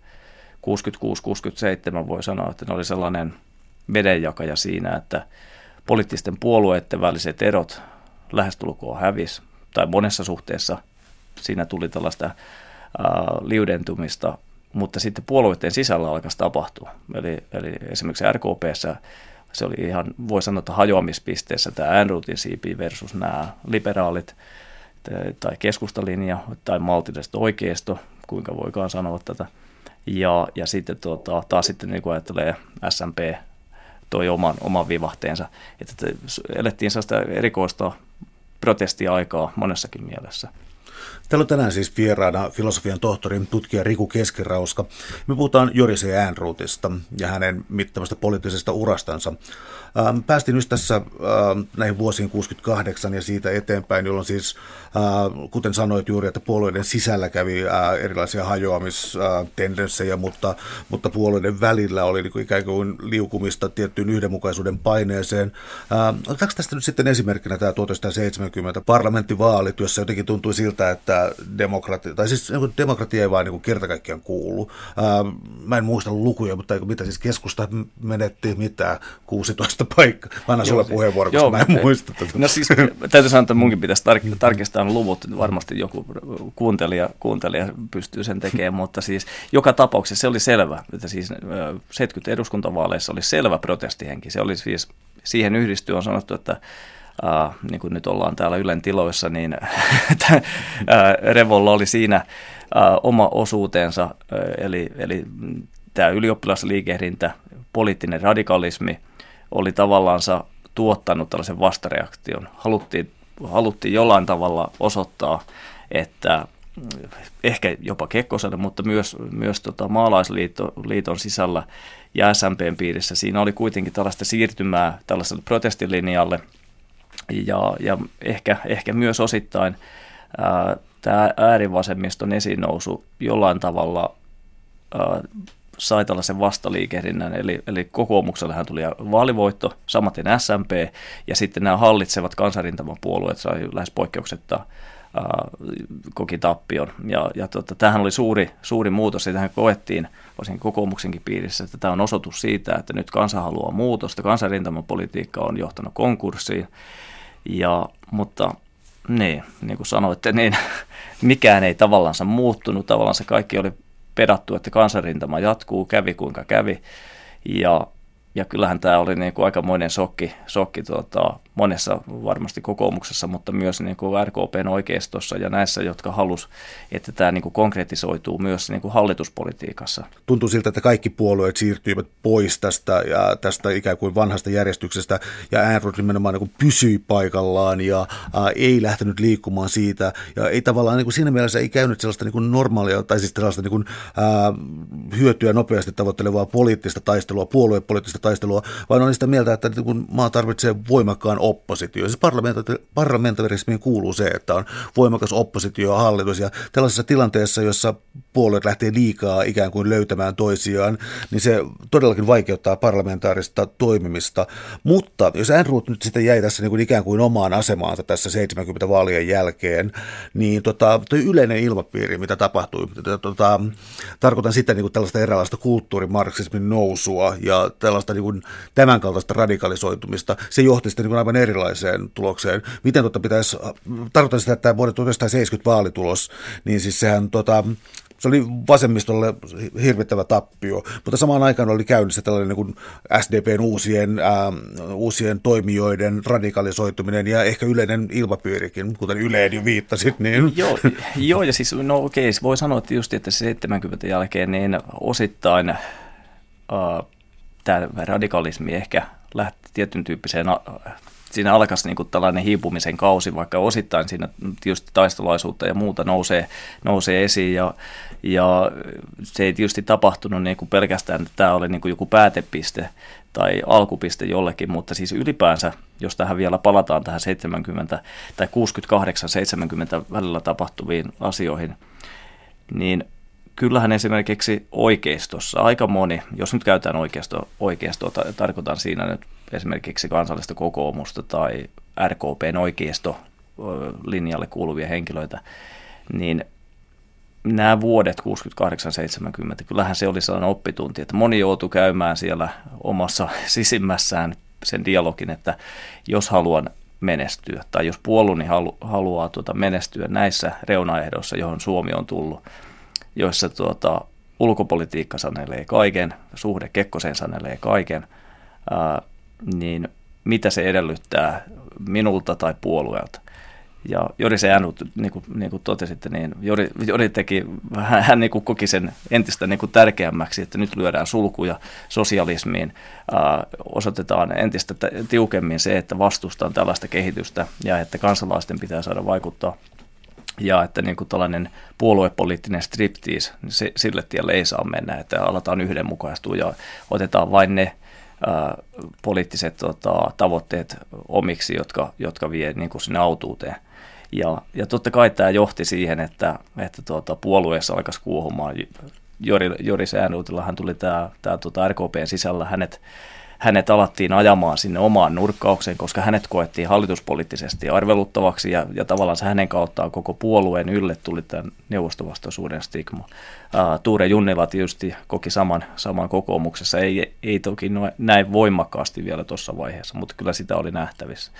66-67 voi sanoa, että ne oli sellainen vedenjakaja siinä, että poliittisten puolueiden väliset erot lähestulkoon hävisi, tai monessa suhteessa siinä tuli tällaista liudentumista, mutta sitten puolueiden sisällä alkaisi tapahtua. Eli esimerkiksi RKP:ssä se oli ihan, voi sanoa, että hajoamispisteessä tämä Ehrnroothin siipi versus nämä liberaalit tai keskustalinja tai maltilliset oikeisto, kuinka voikaan sanoa tätä. Ja sitten taas sitten niin kuin ajattelee SMP toi oman vivahteensa, että elettiin sellaista erikoista protestiaikaa monessakin mielessä. Täällä on tänään siis vieraana filosofian tohtori, tutkija Riku Keskirauska. Me puhutaan Jori C. Ehrnroothista ja hänen mittavasta poliittisesta urastansa. Päästiin nyt tässä näihin vuosiin 68 ja siitä eteenpäin, jolloin siis, kuten sanoit juuri, että puolueiden sisällä kävi erilaisia hajoamistendenssejä, mutta puolueiden välillä oli niin kuin ikään kuin liukumista tiettyyn yhdenmukaisuuden paineeseen. Otetaanko tästä nyt sitten esimerkkinä tämä 1970 parlamenttivaalit, jossa jotenkin tuntui siltä, että demokratia ei vaan niin kuin kerta kaikkiaan kuulu. Mä en muista lukuja, mutta mitä siis keskusta menetti, 16 paikkaa. Mä annan sulle puheenvuoro, koska mä en muista tätä. No siis täytyy sanoa, että munkin pitäisi tarkistaa luvut. Varmasti joku kuuntelija pystyy sen tekemään, mutta siis joka tapauksessa se oli selvä, että siis 70 eduskuntavaaleissa oli selvä protestihenki. Se oli siis, siihen yhdistyy on sanottu, että niin kuin nyt ollaan täällä Ylen tiloissa, niin Revolla oli siinä oma osuutensa, eli tämä ylioppilasliikehdintä, poliittinen radikalismi oli tavallaansa tuottanut tällaisen vastareaktion. Haluttiin jollain tavalla osoittaa, että ehkä jopa Kekkoselle, mutta myös maalaisliiton sisällä ja SMP:n piirissä siinä oli kuitenkin tällaista siirtymää tällaiselle protestilinjalle, ja ehkä myös osittain tämä äärivasemmiston esinnousu jollain tavalla sai tällaisen vastaliikehdinnän, eli kokoomuksellehan tuli vaalivoitto, samaten SMP, ja sitten nämä hallitsevat kansanrintamapuolueet sai lähes poikkeuksetta koki tappion. Tämähän oli suuri muutos, ja tähän koettiin varsinkin kokoomuksenkin piirissä, että tämä on osoitus siitä, että nyt kansa haluaa muutosta, kansanrintamapolitiikka on johtanut konkurssiin, mutta niin kuin sanoitte, niin mikään ei tavallaan muuttunut, tavallaan kaikki oli pedattu, että kansanrintama jatkuu, kävi kuinka kävi, ja kyllähän tämä oli niin kuin aikamoinen shokki monessa varmasti kokoomuksessa, mutta myös niin kuin RKP:n oikeistossa ja näissä, jotka halusi, että tämä niin kuin konkretisoituu myös niin kuin hallituspolitiikassa. Tuntuu siltä, että kaikki puolueet siirtyivät pois tästä ikään kuin vanhasta järjestyksestä, ja Ehrnrooth nimenomaan niin kuin pysyi paikallaan ja ei lähtenyt liikkumaan siitä, ja ei tavallaan niin kuin siinä mielessä ei käynyt sellaista niin kuin normaalia, tai siis sellaista niin kuin, hyötyä nopeasti tavoittelevaa poliittista taistelua, puoluepoliittista taistelua, vaan oli sitä mieltä, että kun maa tarvitsee voimakkaan oppositio. Siis parlamentarismiin kuuluu se, että on voimakas oppositio ja hallitus, ja tällaisessa tilanteessa, jossa puolueet lähtee liikaa ikään kuin löytämään toisiaan, niin se todellakin vaikeuttaa parlamentaarista toimimista. Mutta jos Ehrnrooth nyt sitten jäi tässä niin kuin ikään kuin omaan asemaansa tässä 70 vaalien jälkeen, niin tuo yleinen ilmapiiri, mitä tapahtui, tarkoitan sitä niin kuin tällaista eräänlaista kulttuurimarksismin nousua ja tällaista tällaista niin kuin tämän kaltaista radikalisoitumista. Se johti sitten niin kuin aivan erilaiseen tulokseen. Miten pitäisi, tarkoittaa sitä, että vuoden 1970 vaalitulos, niin siis sehän se oli vasemmistolle hirvittävä tappio, mutta samaan aikaan oli käynnissä tällainen niin kuin SDPn uusien toimijoiden radikalisoituminen ja ehkä yleinen ilmapiirikin, kuten Yleen jo viittasit. Niin. Joo, ja siis no okei, voi sanoa, että just että 70 jälkeen niin osittain tämä radikalismi ehkä lähti tietyn tyyppiseen, siinä alkaisi niin kuin tällainen hiipumisen kausi, vaikka osittain siinä tietysti taistelaisuutta ja muuta nousee esiin, ja se ei tietysti tapahtunut niin kuin pelkästään, että tämä oli niin kuin joku päätepiste tai alkupiste jollekin, mutta siis ylipäänsä, jos tähän vielä palataan tähän 70 tai 68-70 välillä tapahtuviin asioihin, niin kyllähän esimerkiksi oikeistossa aika moni, jos nyt käytetään oikeistoa tarkoitan siinä nyt esimerkiksi kansallista kokoomusta tai RKPn oikeistolinjalle kuuluvia henkilöitä, niin nämä vuodet 68-70, kyllähän se oli sellainen oppitunti, että moni joutui käymään siellä omassa sisimmässään sen dialogin, että jos haluan menestyä tai jos puolueeni haluaa menestyä näissä reunaehdoissa, johon Suomi on tullut, joissa ulkopolitiikka sanelee kaiken, suhde Kekkoseen sanelee kaiken, niin mitä se edellyttää minulta tai puolueelta. Ja Jori C. Ehrnrooth, niin kuin totesitte, niin Jori teki, hän niin kuin koki sen entistä niin kuin tärkeämmäksi, että nyt lyödään sulkuja sosialismiin, osoitetaan entistä tiukemmin se, että vastustaan tällaista kehitystä ja että kansalaisten pitää saada vaikuttaa. Ja että niin kuin tällainen puoluepoliittinen striptease, niin sille tielle ei saa mennä, että aletaan yhdenmukaistua ja otetaan vain ne poliittiset tavoitteet omiksi, jotka vie niin kuin sinne autuuteen. Ja totta kai tämä johti siihen, että puolueessa alkaisi kuohumaan. Jori C. Ehrnroothillahan tuli tämä RKPn sisällä, hänet alettiin ajamaan sinne omaan nurkkaukseen, koska hänet koettiin hallituspoliittisesti arveluttavaksi ja tavallaan hänen kauttaan koko puolueen ylle tuli tämän neuvostovastaisuuden stigma. Tuure Junnila tietysti koki saman kokoomuksessa, ei toki näin voimakkaasti vielä tuossa vaiheessa, mutta kyllä sitä oli nähtävissä.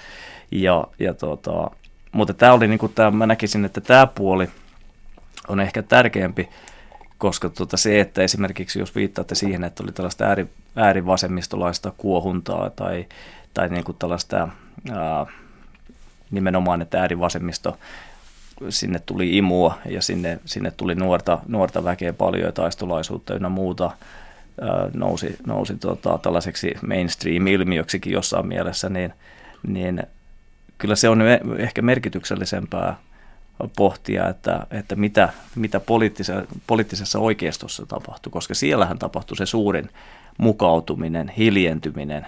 Mutta tämä oli, niin kuin mä näkisin, että tämä puoli on ehkä tärkeämpi, koska se, että esimerkiksi jos viittaatte siihen, että oli tällaista äärivasemmistolaista kuohuntaa tai niin kuin tällaista nimenomaan, että äärivasemmisto, sinne tuli imua ja sinne tuli nuorta väkeä paljon ja taistolaisuutta ynnä muuta, nousi tällaiseksi mainstream-ilmiöksikin jossain mielessä, niin kyllä se on ehkä merkityksellisempää pohtia, että mitä poliittisessa oikeistossa tapahtui, koska siellähän tapahtui se suurin mukautuminen, hiljentyminen,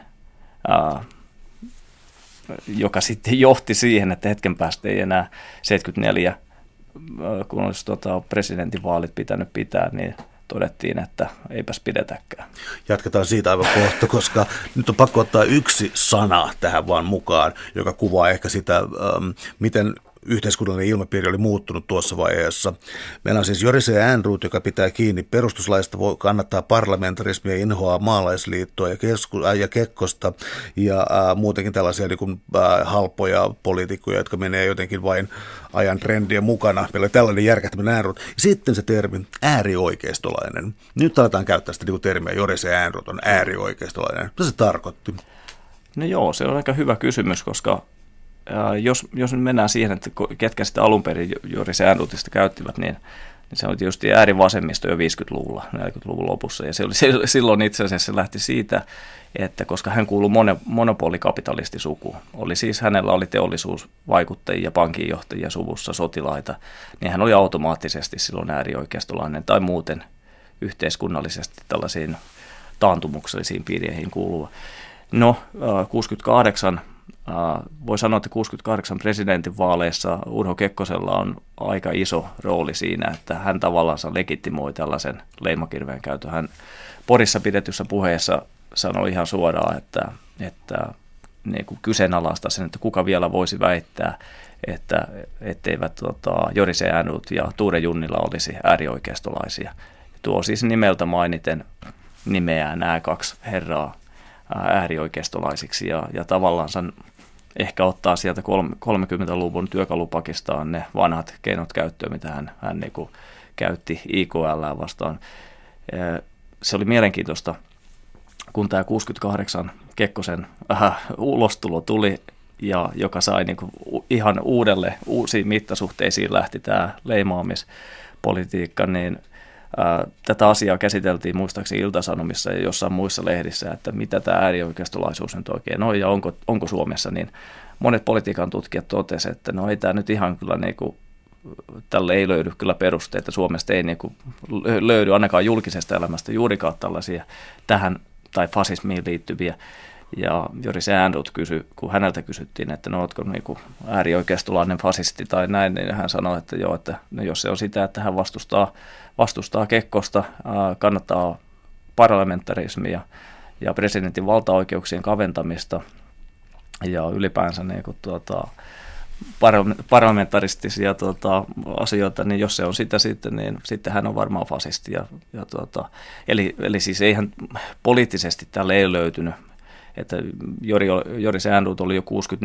joka sitten johti siihen, että hetken päästä ei enää 74, kun olisi presidentinvaalit pitänyt pitää, niin todettiin, että eipäs pidetäkään. Jatketaan siitä aivan kohta, koska nyt on pakko ottaa yksi sana tähän vaan mukaan, joka kuvaa ehkä sitä, miten yhteiskunnallinen ilmapiiri oli muuttunut tuossa vaiheessa. Meillä on siis Jori C. Ehrnrooth, joka pitää kiinni perustuslaista, kannattaa parlamentarismia, inhoaa maalaisliittoa ja Kekkosta ja muutenkin tällaisia niin kuin, halpoja poliitikkoja, jotka menee jotenkin vain ajan trendien mukana. Meillä oli tällainen järkähtäminen Ehrnrooth. Sitten se termi äärioikeistolainen. Nyt aletaan käyttää sitä niin kuin termiä Jori C. Ehrnrooth on äärioikeistolainen. Mitä se tarkoitti? No joo, se on aika hyvä kysymys, koska jos nyt mennään siihen, että ketkä sitä alun perin Jori C. Ehrnroothista käyttivät, niin se oli tietysti äärivasemmisto jo 50-luvulla, 40-luvun lopussa. Ja se oli, silloin itse asiassa se lähti siitä, että koska hän kuului monopolikapitalistissukuun, hänellä oli teollisuusvaikuttajia, pankinjohtajia suvussa, sotilaita, niin hän oli automaattisesti silloin äärioikeistolainen tai muuten yhteiskunnallisesti tällaisiin taantumuksellisiin piireihin kuuluva. No, 68. Voi sanoa, että 68 presidentinvaaleissa Urho Kekkosella on aika iso rooli siinä, että hän tavallaan legitimoi tällaisen leimakirveen käytön. Hän Porissa pidetyssä puheessa sanoi ihan suoraan, että niin kuin kyseenalaistaa sen, että kuka vielä voisi väittää, etteivät Jori C. Ehrnrooth ja Tuure Junnila olisi äärioikeistolaisia. Tuo siis nimeltä mainiten nimeää nämä kaksi herraa äärioikeistolaisiksi ja tavallaan ehkä ottaa sieltä 30-luvun työkalupakistaan ne vanhat keinot käyttöön, mitä hän niin kuin käytti IKL vastaan. Se oli mielenkiintoista, kun tämä 68 Kekkosen ulostulo tuli, ja joka sai niin kuin ihan uusiin mittasuhteisiin lähti tämä leimaamispolitiikka, niin tätä asiaa käsiteltiin muistaakseni Ilta-Sanomissa ja jossain muissa lehdissä, että mitä tämä äärioikeistolaisuus nyt oikein on ja onko Suomessa, niin monet politiikan tutkijat totesivat, että no ei tämä nyt ihan kyllä niin kuin, tälle ei löydy kyllä perusteita. Suomesta ei niin kuin löydy ainakaan julkisesta elämästä juurikaan tällaisia tähän tai fasismiin liittyviä. Ja Jori Ehrnrooth kysyi, kun häneltä kysyttiin, että no ootko niin äärioikeistolainen fasisti tai näin, niin hän sanoi, että joo, että no jos se on sitä, että hän vastustaa Kekkosta, kannattaa parlamentarismia ja presidentin valtaoikeuksien kaventamista ja ylipäänsä niin kuin parlamentaristisia asioita, niin jos se on sitä sitten, niin sitten hän on varmaan fasisti. Eli siis eihän poliittisesti tälle ei löytynyt, että Jori Ehrnrooth oli jo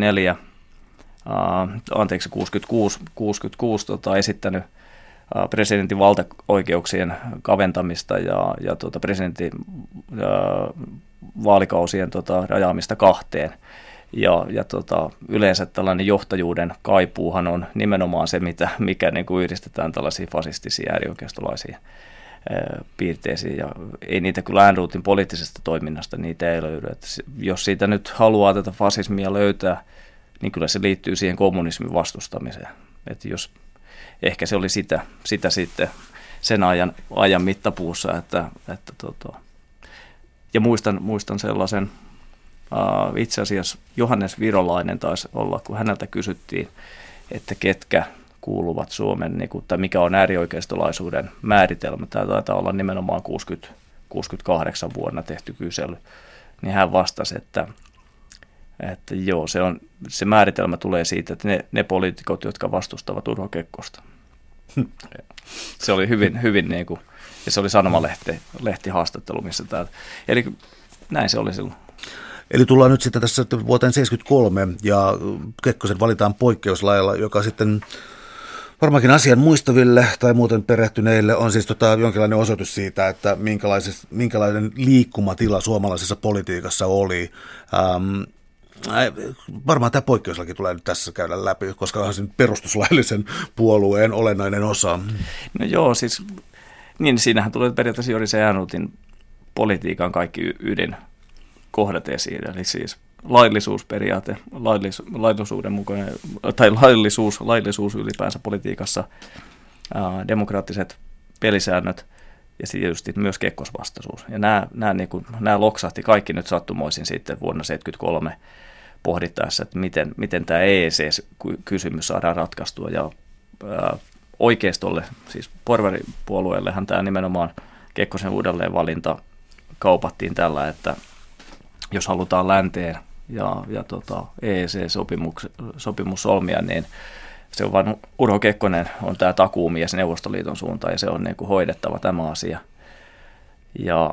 66 esittänyt presidentin valtaoikeuksien kaventamista ja presidentin vaalikausien rajaamista 2. Ja yleensä tällainen johtajuuden kaipuuhan on nimenomaan se, mikä niin kuin yhdistetään tällaisiin fasistisiin äärioikeistolaisiin piirteisiin. Ja ei niitä kyllä Ehrnroothin poliittisesta toiminnasta, niitä ei löydy. Että jos siitä nyt haluaa tätä fasismia löytää, niin kyllä se liittyy siihen kommunismin vastustamiseen. Että jos ehkä se oli sitä sitten sen ajan mittapuussa, ja muistan sellaisen, itse asiassa Johannes Virolainen taisi olla, kun häneltä kysyttiin, että ketkä kuuluvat Suomen, tai mikä on äärioikeistolaisuuden määritelmä. Tämä taitaa olla nimenomaan 68 vuonna tehty kysely. Niin hän vastasi, että joo, se määritelmä tulee siitä, että ne poliitikot, jotka vastustavat Urho Kekkosta. Se oli hyvin niin kuin, ja se oli Sanomalehti haastattelu, missä tämä, eli näin se oli silloin. Eli tullaan nyt sitten tässä vuoteen 1973 ja Kekkosen valitaan poikkeuslailla, joka sitten varmaankin asian muistaville tai muuten perehtyneille on siis jonkinlainen osoitus siitä, että minkälainen liikkumatila suomalaisessa politiikassa oli. Varmaan tämä poikkeuslaki tulee nyt tässä käydä läpi, koska on sen perustuslaillisen puolueen olennainen osa. No joo, siis niin siinähän tulee periaatteessa Jori Ehrnroothin politiikan kaikki ydinkohdat esiin, eli siis laillisuusperiaate, laillisuuden mukainen, tai laillisuus ylipäänsä politiikassa, demokraattiset pelisäännöt ja tietysti myös kekkosvastaisuus. Ja nämä loksahti kaikki nyt sattumoisin sitten vuonna 1973 pohdittaessa, että miten tämä EEC-kysymys saadaan ratkaistua. Ja oikeistolle, siis porvaripuolueellehan tämä nimenomaan Kekkosen uudelleenvalinta kaupattiin tällä, että jos halutaan länteen ja EEC-sopimus solmia, niin se on vain Urho Kekkonen on tämä takuumies Neuvostoliiton suuntaan ja se on niin kuin hoidettava tämä asia. Ja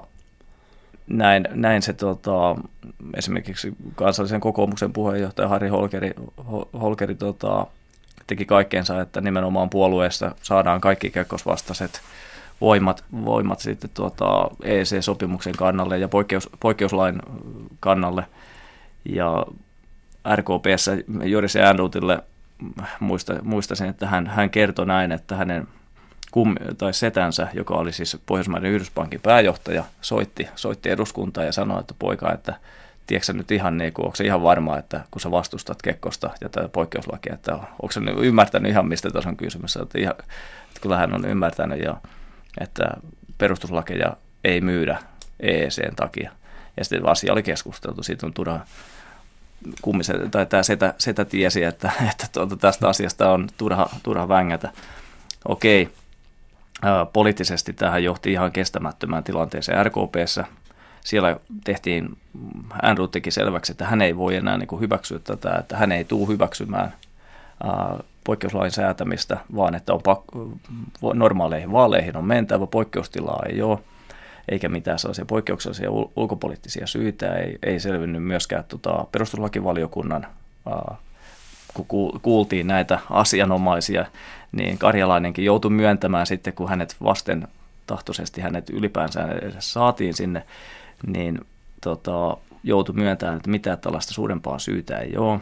näin se esimerkiksi kansallisen kokoomuksen puheenjohtaja Harri Holkeri teki kaikkeensa, että nimenomaan puolueessa saadaan kaikki kekkosvastaiset voimat sitten EEC-sopimuksen kannalle ja poikkeuslain kannalle. Ja RKP:ssä Jori Ehrnroothille muistaisin, että hän kertoi näin, että hänen setänsä, joka oli siis Pohjoismaiden Yhdyspankin pääjohtaja, soitti eduskuntaan ja sanoi, että poika, että tiedätkö nyt ihan niin kuin, onko se ihan varma, että kun sä vastustat Kekkosta ja tätä poikkeuslakia, että onko sä ymmärtänyt ihan mistä tässä on kysymys, että kyllä hän on ymmärtänyt ja että perustuslakeja ei myydä EEC:n takia. Ja sitten asia oli keskusteltu, siitä on turha kummisen, tai tämä setä tiesi, että tästä asiasta on turha vängätä. Okei, poliittisesti tähän johti ihan kestämättömään tilanteeseen RKP:ssä. Siellä Ehrnrooth teki selväksi, että hän ei voi enää niin kuin hyväksyä tätä, että hän ei tule hyväksymään poikkeuslain säätämistä, vaan että on normaaleihin vaaleihin on mentävä, poikkeustilaa ei ole. eikä mitään sellaisia poikkeuksellisia ulkopoliittisia syitä. Ei selvinnyt myöskään perustuslakivaliokunnan, kun kuultiin näitä asianomaisia, niin Karjalainenkin joutui myöntämään sitten, kun hänet vasten tahtoisesti hänet ylipäänsä edes saatiin sinne, niin joutui myöntämään, että mitään tällaista suurempaa syytä ei ole.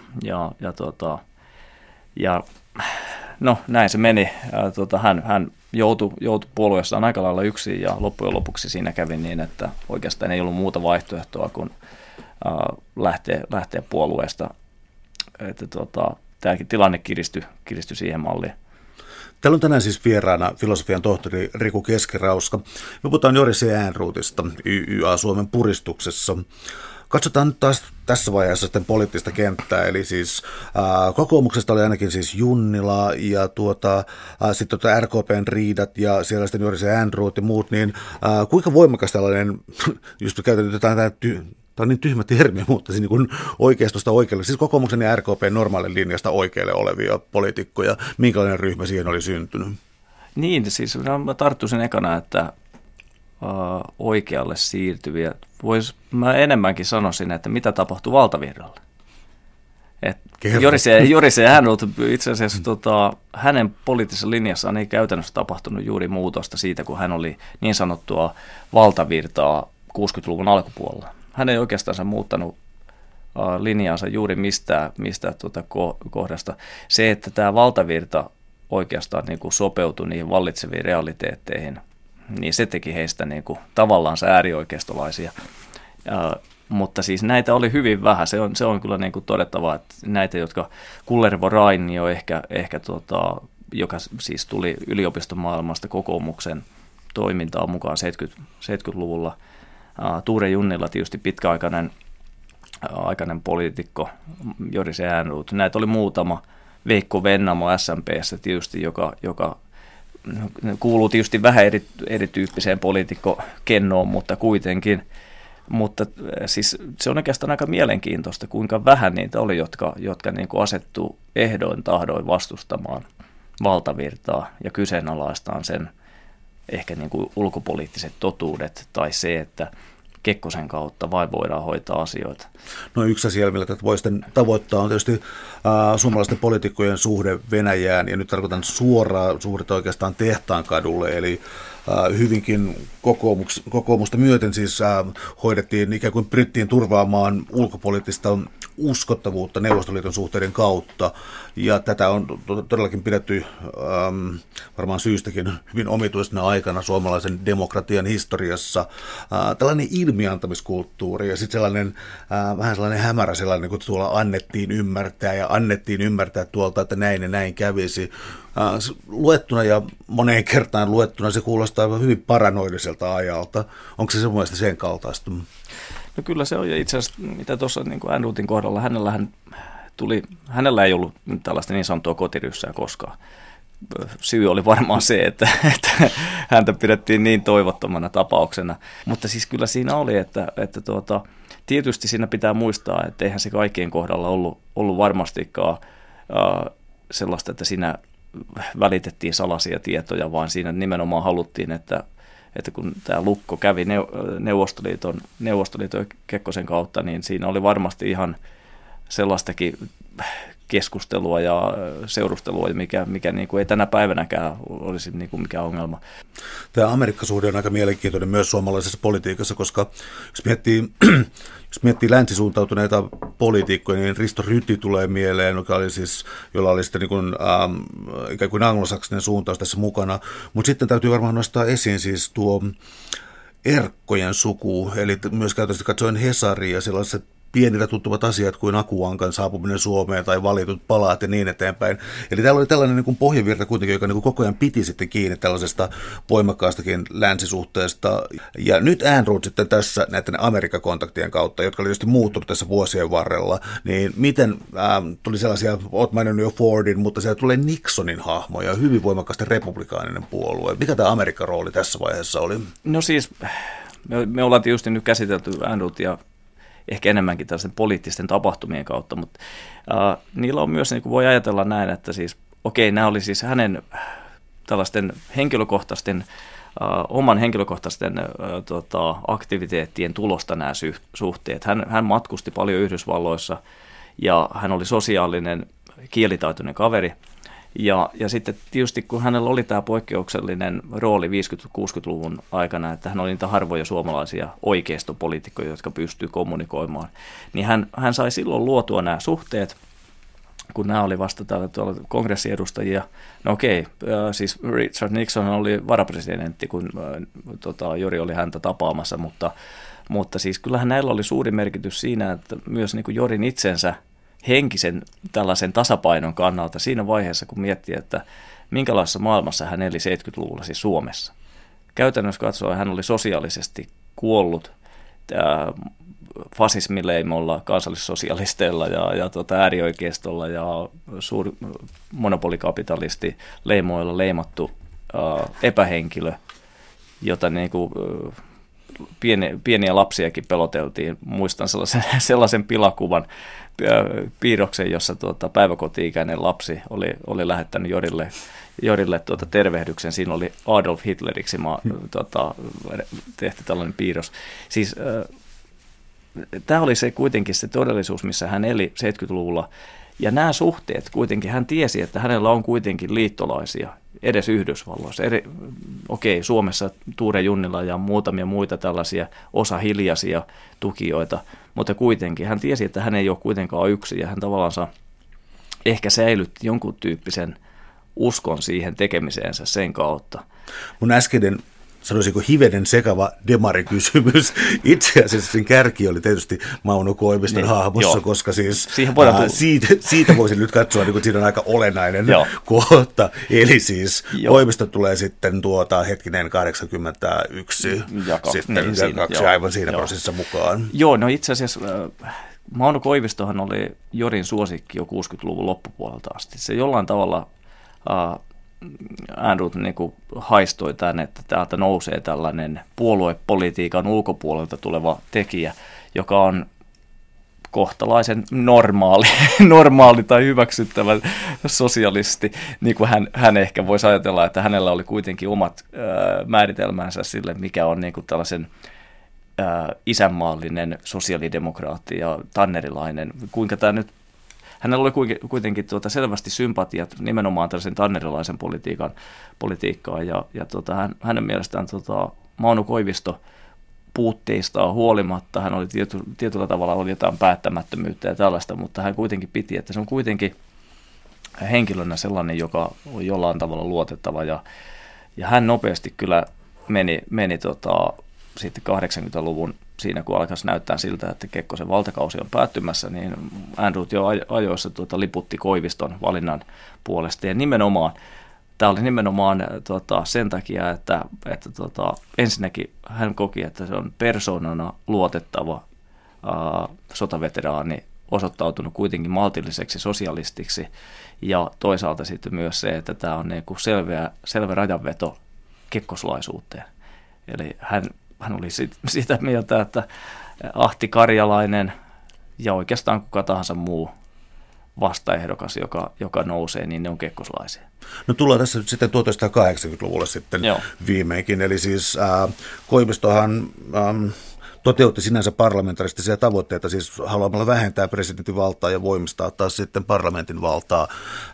Ja no näin se meni. Hän joutui puolueessaan aika lailla yksin ja loppujen lopuksi siinä kävi niin, että oikeastaan ei ollut muuta vaihtoehtoa kuin lähteä puolueesta. Että tämäkin tilanne kiristyi siihen malliin. Täällä on tänään siis vieraana filosofian tohtori Riku Keskirauska. Me puhutaan Jori C. Ehrnrootista YYA Suomen puristuksessa. Katsotaan nyt taas tässä vaiheessa sitten poliittista kenttää, eli siis kokoomuksesta oli ainakin siis Junnila ja sitten RKPn riidat ja siellä sitten Jori C. Ehrnrooth ja muut, niin kuinka voimakas tällainen, just käytetään tämä on niin tyhmä termi, mutta siis niin oikeistosta oikealle, siis kokoomuksen ja RKPn normaalin linjasta oikealle olevia poliitikkoja, minkälainen ryhmä siihen oli syntynyt? Niin, siis mä tarttuisin ekana, että oikealle siirtyviä, mä enemmänkin sanoisin, että mitä tapahtui valtavirralle. Jori C. Ehrnrooth itse asiassa hänen poliittisessa linjassaan ei käytännössä tapahtunut juuri muutosta siitä, kun hän oli niin sanottua valtavirtaa 60-luvun alkupuolella. Hän ei oikeastaan muuttanut linjaansa juuri mistä kohdasta. Se, että tämä valtavirta oikeastaan niin kuin sopeutui niihin vallitseviin realiteetteihin, niin se teki heistä niin kuin tavallaan äärioikeistolaisia. Mutta siis näitä oli hyvin vähän. Se on kyllä niin kuin todettava, että näitä, jotka Kullervo Rainio ehkä joka siis tuli yliopistomaailmasta kokoomuksen toimintaan mukaan 70-luvulla. Tuure Junnila tietysti pitkäaikainen poliitikko, Jori C. Ehrnrooth. Näitä oli muutama. Veikko Vennamo SMP:ssä tietysti, joka kuuluu tietysti vähän erityyppiseen poliitikkokennoon, mutta kuitenkin. Mutta siis se on oikeastaan aika mielenkiintoista, kuinka vähän niitä oli, jotka niin kuin asettuu ehdoin tahdoin vastustamaan valtavirtaa ja kyseenalaistaan sen ehkä niin kuin ulkopoliittiset totuudet tai se, että Kekkosen kautta vain voidaan hoitaa asioita. No yksi asia, millä tätä voi sitten tavoittaa, on tietysti suomalaisten poliitikkojen suhde Venäjään, ja nyt tarkoitan suoraa suhdetta oikeastaan Tehtaankadulle, eli hyvinkin kokoomusta myöten siis hoidettiin, ikään kuin pyrittiin turvaamaan ulkopoliittista uskottavuutta Neuvostoliiton suhteiden kautta, ja tätä on todellakin pidetty varmaan syystäkin hyvin omituisena aikana suomalaisen demokratian historiassa. Tällainen ilmiantamiskulttuuri ja sitten sellainen vähän sellainen hämärä sellainen, kun tuolla annettiin ymmärtää tuolta, että näin ja näin kävisi. Luettuna ja moneen kertaan luettuna se kuulostaa hyvin paranoidiselta ajalta. Onko se mielestä sen kaltaista? No kyllä se on, ja itse asiassa mitä tuossa niin Ehrnroothin kohdalla, hänellä ei ollut tällaista niin sanottua kotiryssää koskaan. Syy oli varmaan se, että häntä pidettiin niin toivottomana tapauksena. Mutta siis kyllä siinä oli, että tietysti siinä pitää muistaa, että eihän se kaikkien kohdalla ollut varmastikaan sellaista, että siinä välitettiin salaisia tietoja, vaan siinä nimenomaan haluttiin, että kun tämä lukko kävi Neuvostoliiton Kekkosen kautta, niin siinä oli varmasti ihan sellaistakin keskustelua ja seurustelua, mikä niin kuin ei tänä päivänäkään olisi niin kuin mikään ongelma. Tämä Amerikka-suhde on aika mielenkiintoinen myös suomalaisessa politiikassa, koska jos miettii länsisuuntautuneita poliitikkoja, niin Risto Ryti tulee mieleen, jolla oli sitten niin kuin, ikään kuin anglosaksinen suuntaus tässä mukana. Mutta sitten täytyy varmaan nostaa esiin siis tuo Erkkojen suku, eli myös käytännössä katsoen Hesari ja sellaiset pienillä tuntuvat asiat kuin Akuankan saapuminen Suomeen tai valitut palaat ja niin eteenpäin. Eli täällä oli tällainen niin kuin pohjavirta kuitenkin, joka niin kuin koko ajan piti sitten kiinni tällaisesta voimakkaastakin länsisuhteesta. Ja nyt Ehrnrooth sitten tässä näiden Amerikka-kontaktien kautta, jotka oli tietysti muuttunut tässä vuosien varrella, niin miten tuli sellaisia, olet maininnut jo Fordin, mutta siellä tulee Nixonin hahmoja, hyvin voimakkaasti republikaaninen puolue. Mikä tämä Amerikka-rooli tässä vaiheessa oli? No siis, me ollaan tietysti nyt käsitelty Ehrnroothia ehkä enemmänkin tällaisten poliittisten tapahtumien kautta, mutta niillä on myös, niin kuin voi ajatella näin, että siis, nämä oli siis hänen tällaisten henkilökohtaisten oman henkilökohtaisten aktiviteettien tulosta nämä suhteet. Hän matkusti paljon Yhdysvalloissa ja hän oli sosiaalinen, kielitaitoinen kaveri. Ja sitten tietysti kun hänellä oli tämä poikkeuksellinen rooli 50-60-luvun aikana, että hän oli niitä harvoja suomalaisia oikeistopoliitikkoja, jotka pystyy kommunikoimaan, niin hän sai silloin luotua nämä suhteet, kun nämä oli vasta tuolla kongressiedustajia. No okei, siis Richard Nixon oli varapresidentti, kun Jori oli häntä tapaamassa, mutta siis kyllähän näillä oli suuri merkitys siinä, että myös niin kuin Jorin itsensä henkisen tällaisen tasapainon kannalta siinä vaiheessa, kun miettii, että minkälaisessa maailmassa hän eli 70-luvulla siis Suomessa. Käytännössä katsoen hän oli sosiaalisesti kuollut fasismileimolla, kansallissosialisteilla ja äärioikeistolla ja monopolikapitalisti leimoilla leimattu epähenkilö, jota niin kuin pieniä lapsiakin peloteltiin. Muistan sellaisen pilakuvan piirroksen, jossa päiväkoti-ikäinen lapsi oli lähettänyt Jorille tervehdyksen. Siinä oli Adolf Hitleriksi tehty tällainen piirros. Siis tämä oli se kuitenkin se todellisuus, missä hän eli 70-luvulla. Ja nämä suhteet kuitenkin, hän tiesi, että hänellä on kuitenkin liittolaisia edes Yhdysvalloissa. Okei, Suomessa Tuure Junnila ja muutamia muita tällaisia osa hiljaisia tukijoita, mutta kuitenkin hän tiesi, että hän ei ole kuitenkaan yksin ja hän tavallaan ehkä säilytti jonkun tyyppisen uskon siihen tekemiseensä sen kautta. Mun äskeinen, sanoisinko hivenen sekava demarikysymys. Itse asiassa sen kärki oli tietysti Mauno Koiviston hahmossa, koska siis siitä voisin nyt katsoa, niin siinä on aika olennainen kohta. Eli siis Koivisto tulee sitten 81 sitten kaksi aivan siinä prosessissa mukaan. Joo, no itse asiassa Mauno Koivistohan oli Jorin suosikki jo 60-luvun loppupuolelta asti. Se jollain tavalla Andrew niin kuin haistoi tämän, että täältä nousee tällainen puoluepolitiikan ulkopuolelta tuleva tekijä, joka on kohtalaisen normaali tai hyväksyttävä sosialisti, niin kuin hän ehkä voisi ajatella, että hänellä oli kuitenkin omat määritelmänsä sille, mikä on niin kuin tällaisen isänmaallinen sosiaalidemokraatti ja tannerilainen, kuinka tämä nyt. Hänellä oli kuitenkin selvästi sympatiat nimenomaan tällaisen tannerilaisen politiikkaan ja hänen mielestään Mauno Koivisto puutteistaan huolimatta, hän oli tietyllä tavalla oli jotain päättämättömyyttä ja tällaista, mutta hän kuitenkin piti, että se on kuitenkin henkilönä sellainen, joka on jollain tavalla luotettava ja hän nopeasti kyllä meni sitten 80-luvun siinä, kun alkaisi näyttää siltä, että Kekkosen valtakausi on päättymässä, niin Andrew jo ajoissa liputti Koiviston valinnan puolesta. Ja tämä oli nimenomaan sen takia, että ensinnäkin hän koki, että se on persoonana luotettava sotaveteraani, osoittautunut kuitenkin maltilliseksi sosialistiksi, ja toisaalta sitten myös se, että tämä on niin kuin selvä rajanveto kekkoslaisuuteen. Eli hän oli sitä mieltä, että Ahti Karjalainen ja oikeastaan kuka tahansa muu vastaehdokas, joka nousee, niin ne on kekkoslaisia. No tullaan tässä nyt sitten 1980-luvulle sitten viimeinkin. Eli siis Koivistohan toteutti sinänsä parlamentaristisia tavoitteita, siis haluamalla vähentää presidentin valtaa ja voimistaa taas sitten parlamentin valtaa.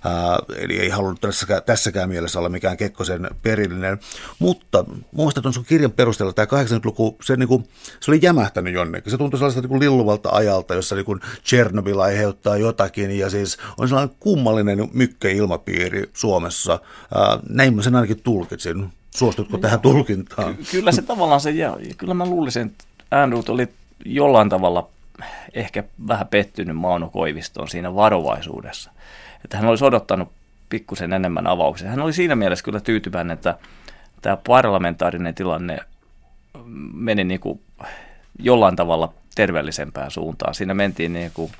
Eli ei halunnut tässäkään mielessä olla mikään Kekkosen perillinen. Mutta mun mielestä tuon sun kirjan perusteella tämä 80-luku, se oli jämähtänyt jonnekin. Se tuntui sellaiselta niin kuin lilluvalta ajalta, jossa niin Tšernobyl aiheuttaa jotakin ja siis on sellainen kummallinen mykkäilmapiiri Suomessa. Näin mä sen ainakin tulkitsin. Suostutko tähän tulkintaan? Kyllä se tavallaan se jää. Kyllä mä luulisin, että Andrew oli jollain tavalla ehkä vähän pettynyt Mauno Koivistoon siinä varovaisuudessa. Että hän olisi odottanut pikkusen enemmän avauksia. Hän oli siinä mielessä kyllä tyytyväinen, että tämä parlamentaarinen tilanne meni niin kuin jollain tavalla terveellisempään suuntaan. Siinä mentiin niin kuin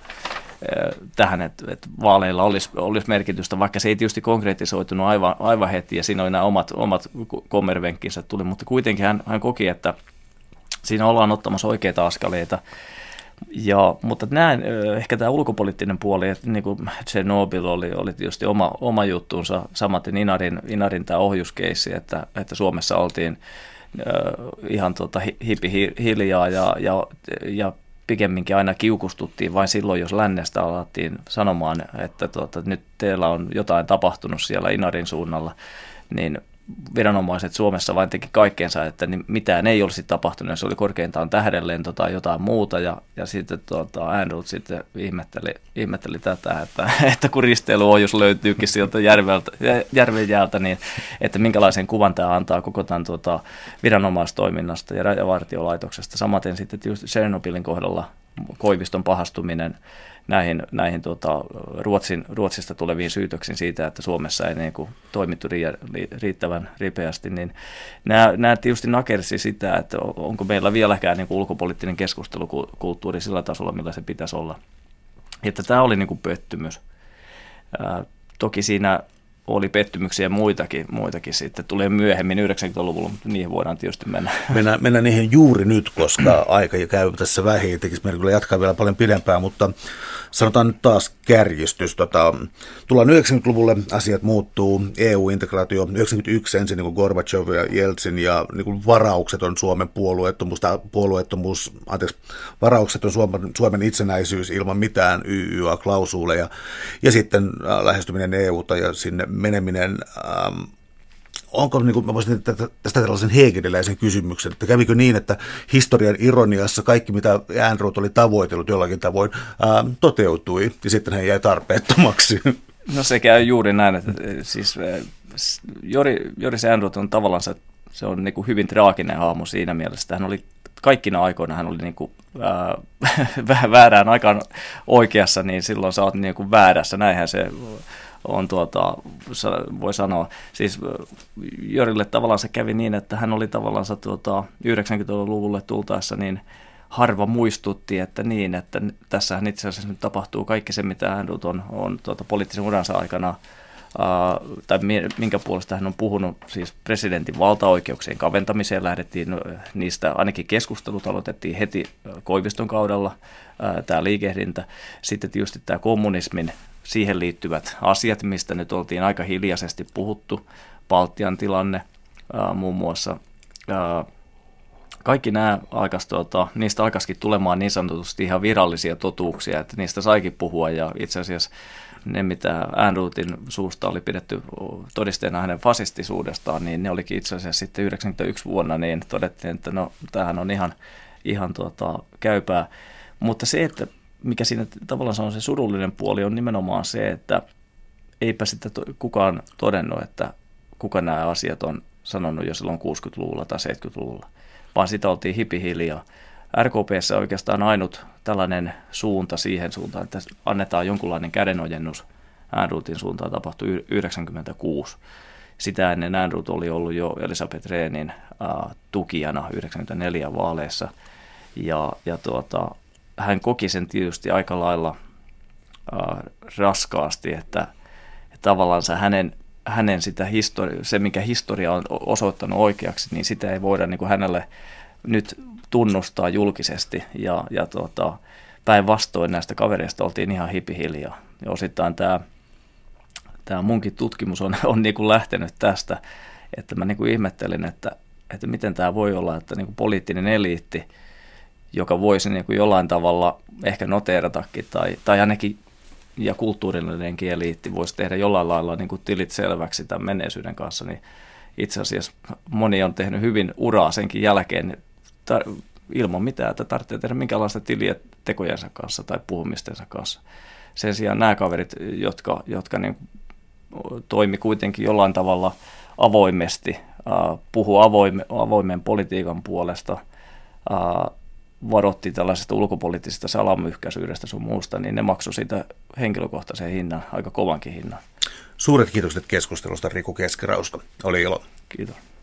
tähän, että vaaleilla olisi merkitystä, vaikka se ei tietysti konkretisoitunut aivan heti, ja siinä oli nämä omat kommervenkkinsä tuli, mutta kuitenkin hän koki, että siinä ollaan ottamassa oikeita askeleita, Mutta näen ehkä tämä ulkopoliittinen puoli, että niin kuin Chernobyl oli tietysti oma juttuunsa, samaten Inarin tämä ohjuskeissi, että Suomessa oltiin ihan hiljaa ja pikemminkin aina kiukustuttiin vain silloin, jos lännestä alettiin sanomaan, että nyt teillä on jotain tapahtunut siellä Inarin suunnalla, niin viranomaiset Suomessa vain teki kaikkeensa, että mitään ei olisi tapahtunut, ja se oli korkeintaan tähdenlento tai jotain muuta, ja sitten Ehrnrooth sitten ihmetteli tätä, että kun risteilyohjus löytyykin sieltä järven jäältä, niin että minkälaisen kuvan tämä antaa koko tämän viranomaistoiminnasta ja rajavartiolaitoksesta. Samaten sitten tietysti Tšernobylin kohdalla Koiviston pahastuminen näihin Ruotsista tuleviin syytöksiin siitä, että Suomessa ei niin kuin toimittu riittävän ripeästi, niin nämä tietysti nakersi sitä, että onko meillä vieläkään niin kuin ulkopoliittinen keskustelukulttuuri sillä tasolla, millä se pitäisi olla. Että tämä oli niin kuin pettymys. Toki siinä oli pettymyksiä muitakin sitten. Tulee myöhemmin 90-luvulla, mutta niihin voidaan tietysti mennä. Mennään niihin juuri nyt, koska aika käy tässä vähin. Tekisi meidän kyllä jatkaa vielä paljon pidempään, mutta sanotaan nyt taas kärjistys. Tullaan 90-luvulle, asiat muuttuu, EU-integraatio, 91 ensin niin kuin Gorbachev ja Jeltsin ja niin kuin varaukset on Suomen varaukset on Suomen itsenäisyys ilman mitään YYA-klausuuleja ja sitten lähestyminen EUta ja sinne meneminen. Onko, niin kuin mä voisin tästä tällaisen hegeliläisen kysymyksen, että kävikö niin, että historian ironiassa kaikki, mitä Ehrnrooth oli tavoitellut jollakin tavoin, toteutui, ja sitten hän jäi tarpeettomaksi? No se käy juuri näin, että siis Joris Ehrnrooth on tavallaan se on niin kuin hyvin traaginen hahmo siinä mielessä, hän oli kaikkina aikoina hän oli niin kuin, väärään aikaan oikeassa, niin silloin sä oot niin kuin väärässä, näinhän se on voi sanoa. Siis Jorille tavallaan se kävi niin, että hän oli tavallaan 90-luvulle tultaessa niin harva muistutti, että tässähän itse asiassa nyt tapahtuu kaikki se, mitä hän on poliittisen uransa aikana tai minkä puolesta hän on puhunut, siis presidentin valtaoikeuksien kaventamiseen lähdettiin, niistä ainakin keskustelut aloitettiin heti Koiviston kaudella, tämä liikehdintä, sitten tietysti tämä kommunismin siihen liittyvät asiat, mistä nyt oltiin aika hiljaisesti puhuttu, Baltian tilanne muun muassa, kaikki nämä niistä alkaisikin tulemaan niin sanotusti ihan virallisia totuuksia, että niistä saikin puhua ja itse asiassa ne, mitä Ehrnroothin suusta oli pidetty todisteena hänen fasistisuudestaan, niin ne olikin itse asiassa sitten 1991 vuonna, niin todettiin, että no tämähän on ihan käypää. Mutta se, että mikä siinä tavallaan on se surullinen puoli, on nimenomaan se, että eipä sitä kukaan todennut, että kuka nämä asiat on sanonut jo silloin 60-luvulla tai 70-luvulla, vaan sitä oltiin hipihiljaa. RKP:ssä oikeastaan ainut tällainen suunta siihen suuntaan, että annetaan jonkunlainen kädenojennus Ehrnroothin suuntaan, tapahtui 1996. Sitä ennen Ehrnrooth oli ollut jo Elisabeth Rehnin tukijana 1994 vaaleissa, ja hän koki sen tietysti aika lailla raskaasti, että tavallaan hänen sitä se, mikä historia on osoittanut oikeaksi, niin sitä ei voida niin kuin hänelle nyt tunnustaa julkisesti, ja päinvastoin näistä kavereista oltiin ihan hipihiljaa. Ja osittain tämä munkin tutkimus on niin kuin lähtenyt tästä, että mä niin kuin ihmettelin, että miten tämä voi olla, että niin kuin poliittinen eliitti, joka voisi niin kuin jollain tavalla ehkä noteeratakin, tai ainakin ja kulttuurillinenkin eliitti voisi tehdä jollain lailla niin kuin tilit selväksi tämän menneisyyden kanssa, niin itse asiassa moni on tehnyt hyvin uraa senkin jälkeen ilman mitään, että tarvitsee tehdä minkälaista tiliä tekojensa kanssa tai puhumistensa kanssa. Sen sijaan nämä kaverit, jotka niin toimi kuitenkin jollain tavalla avoimesti, puhu avoimen politiikan puolesta, varoitti tällaisesta ulkopoliittisesta salamyhkäisyydestä sun muusta, niin ne maksoi siitä henkilökohtaisen hinnan, aika kovankin hinnan. Suuret kiitokset keskustelusta, Riku Keskirauska. Oli ilo. Kiitos.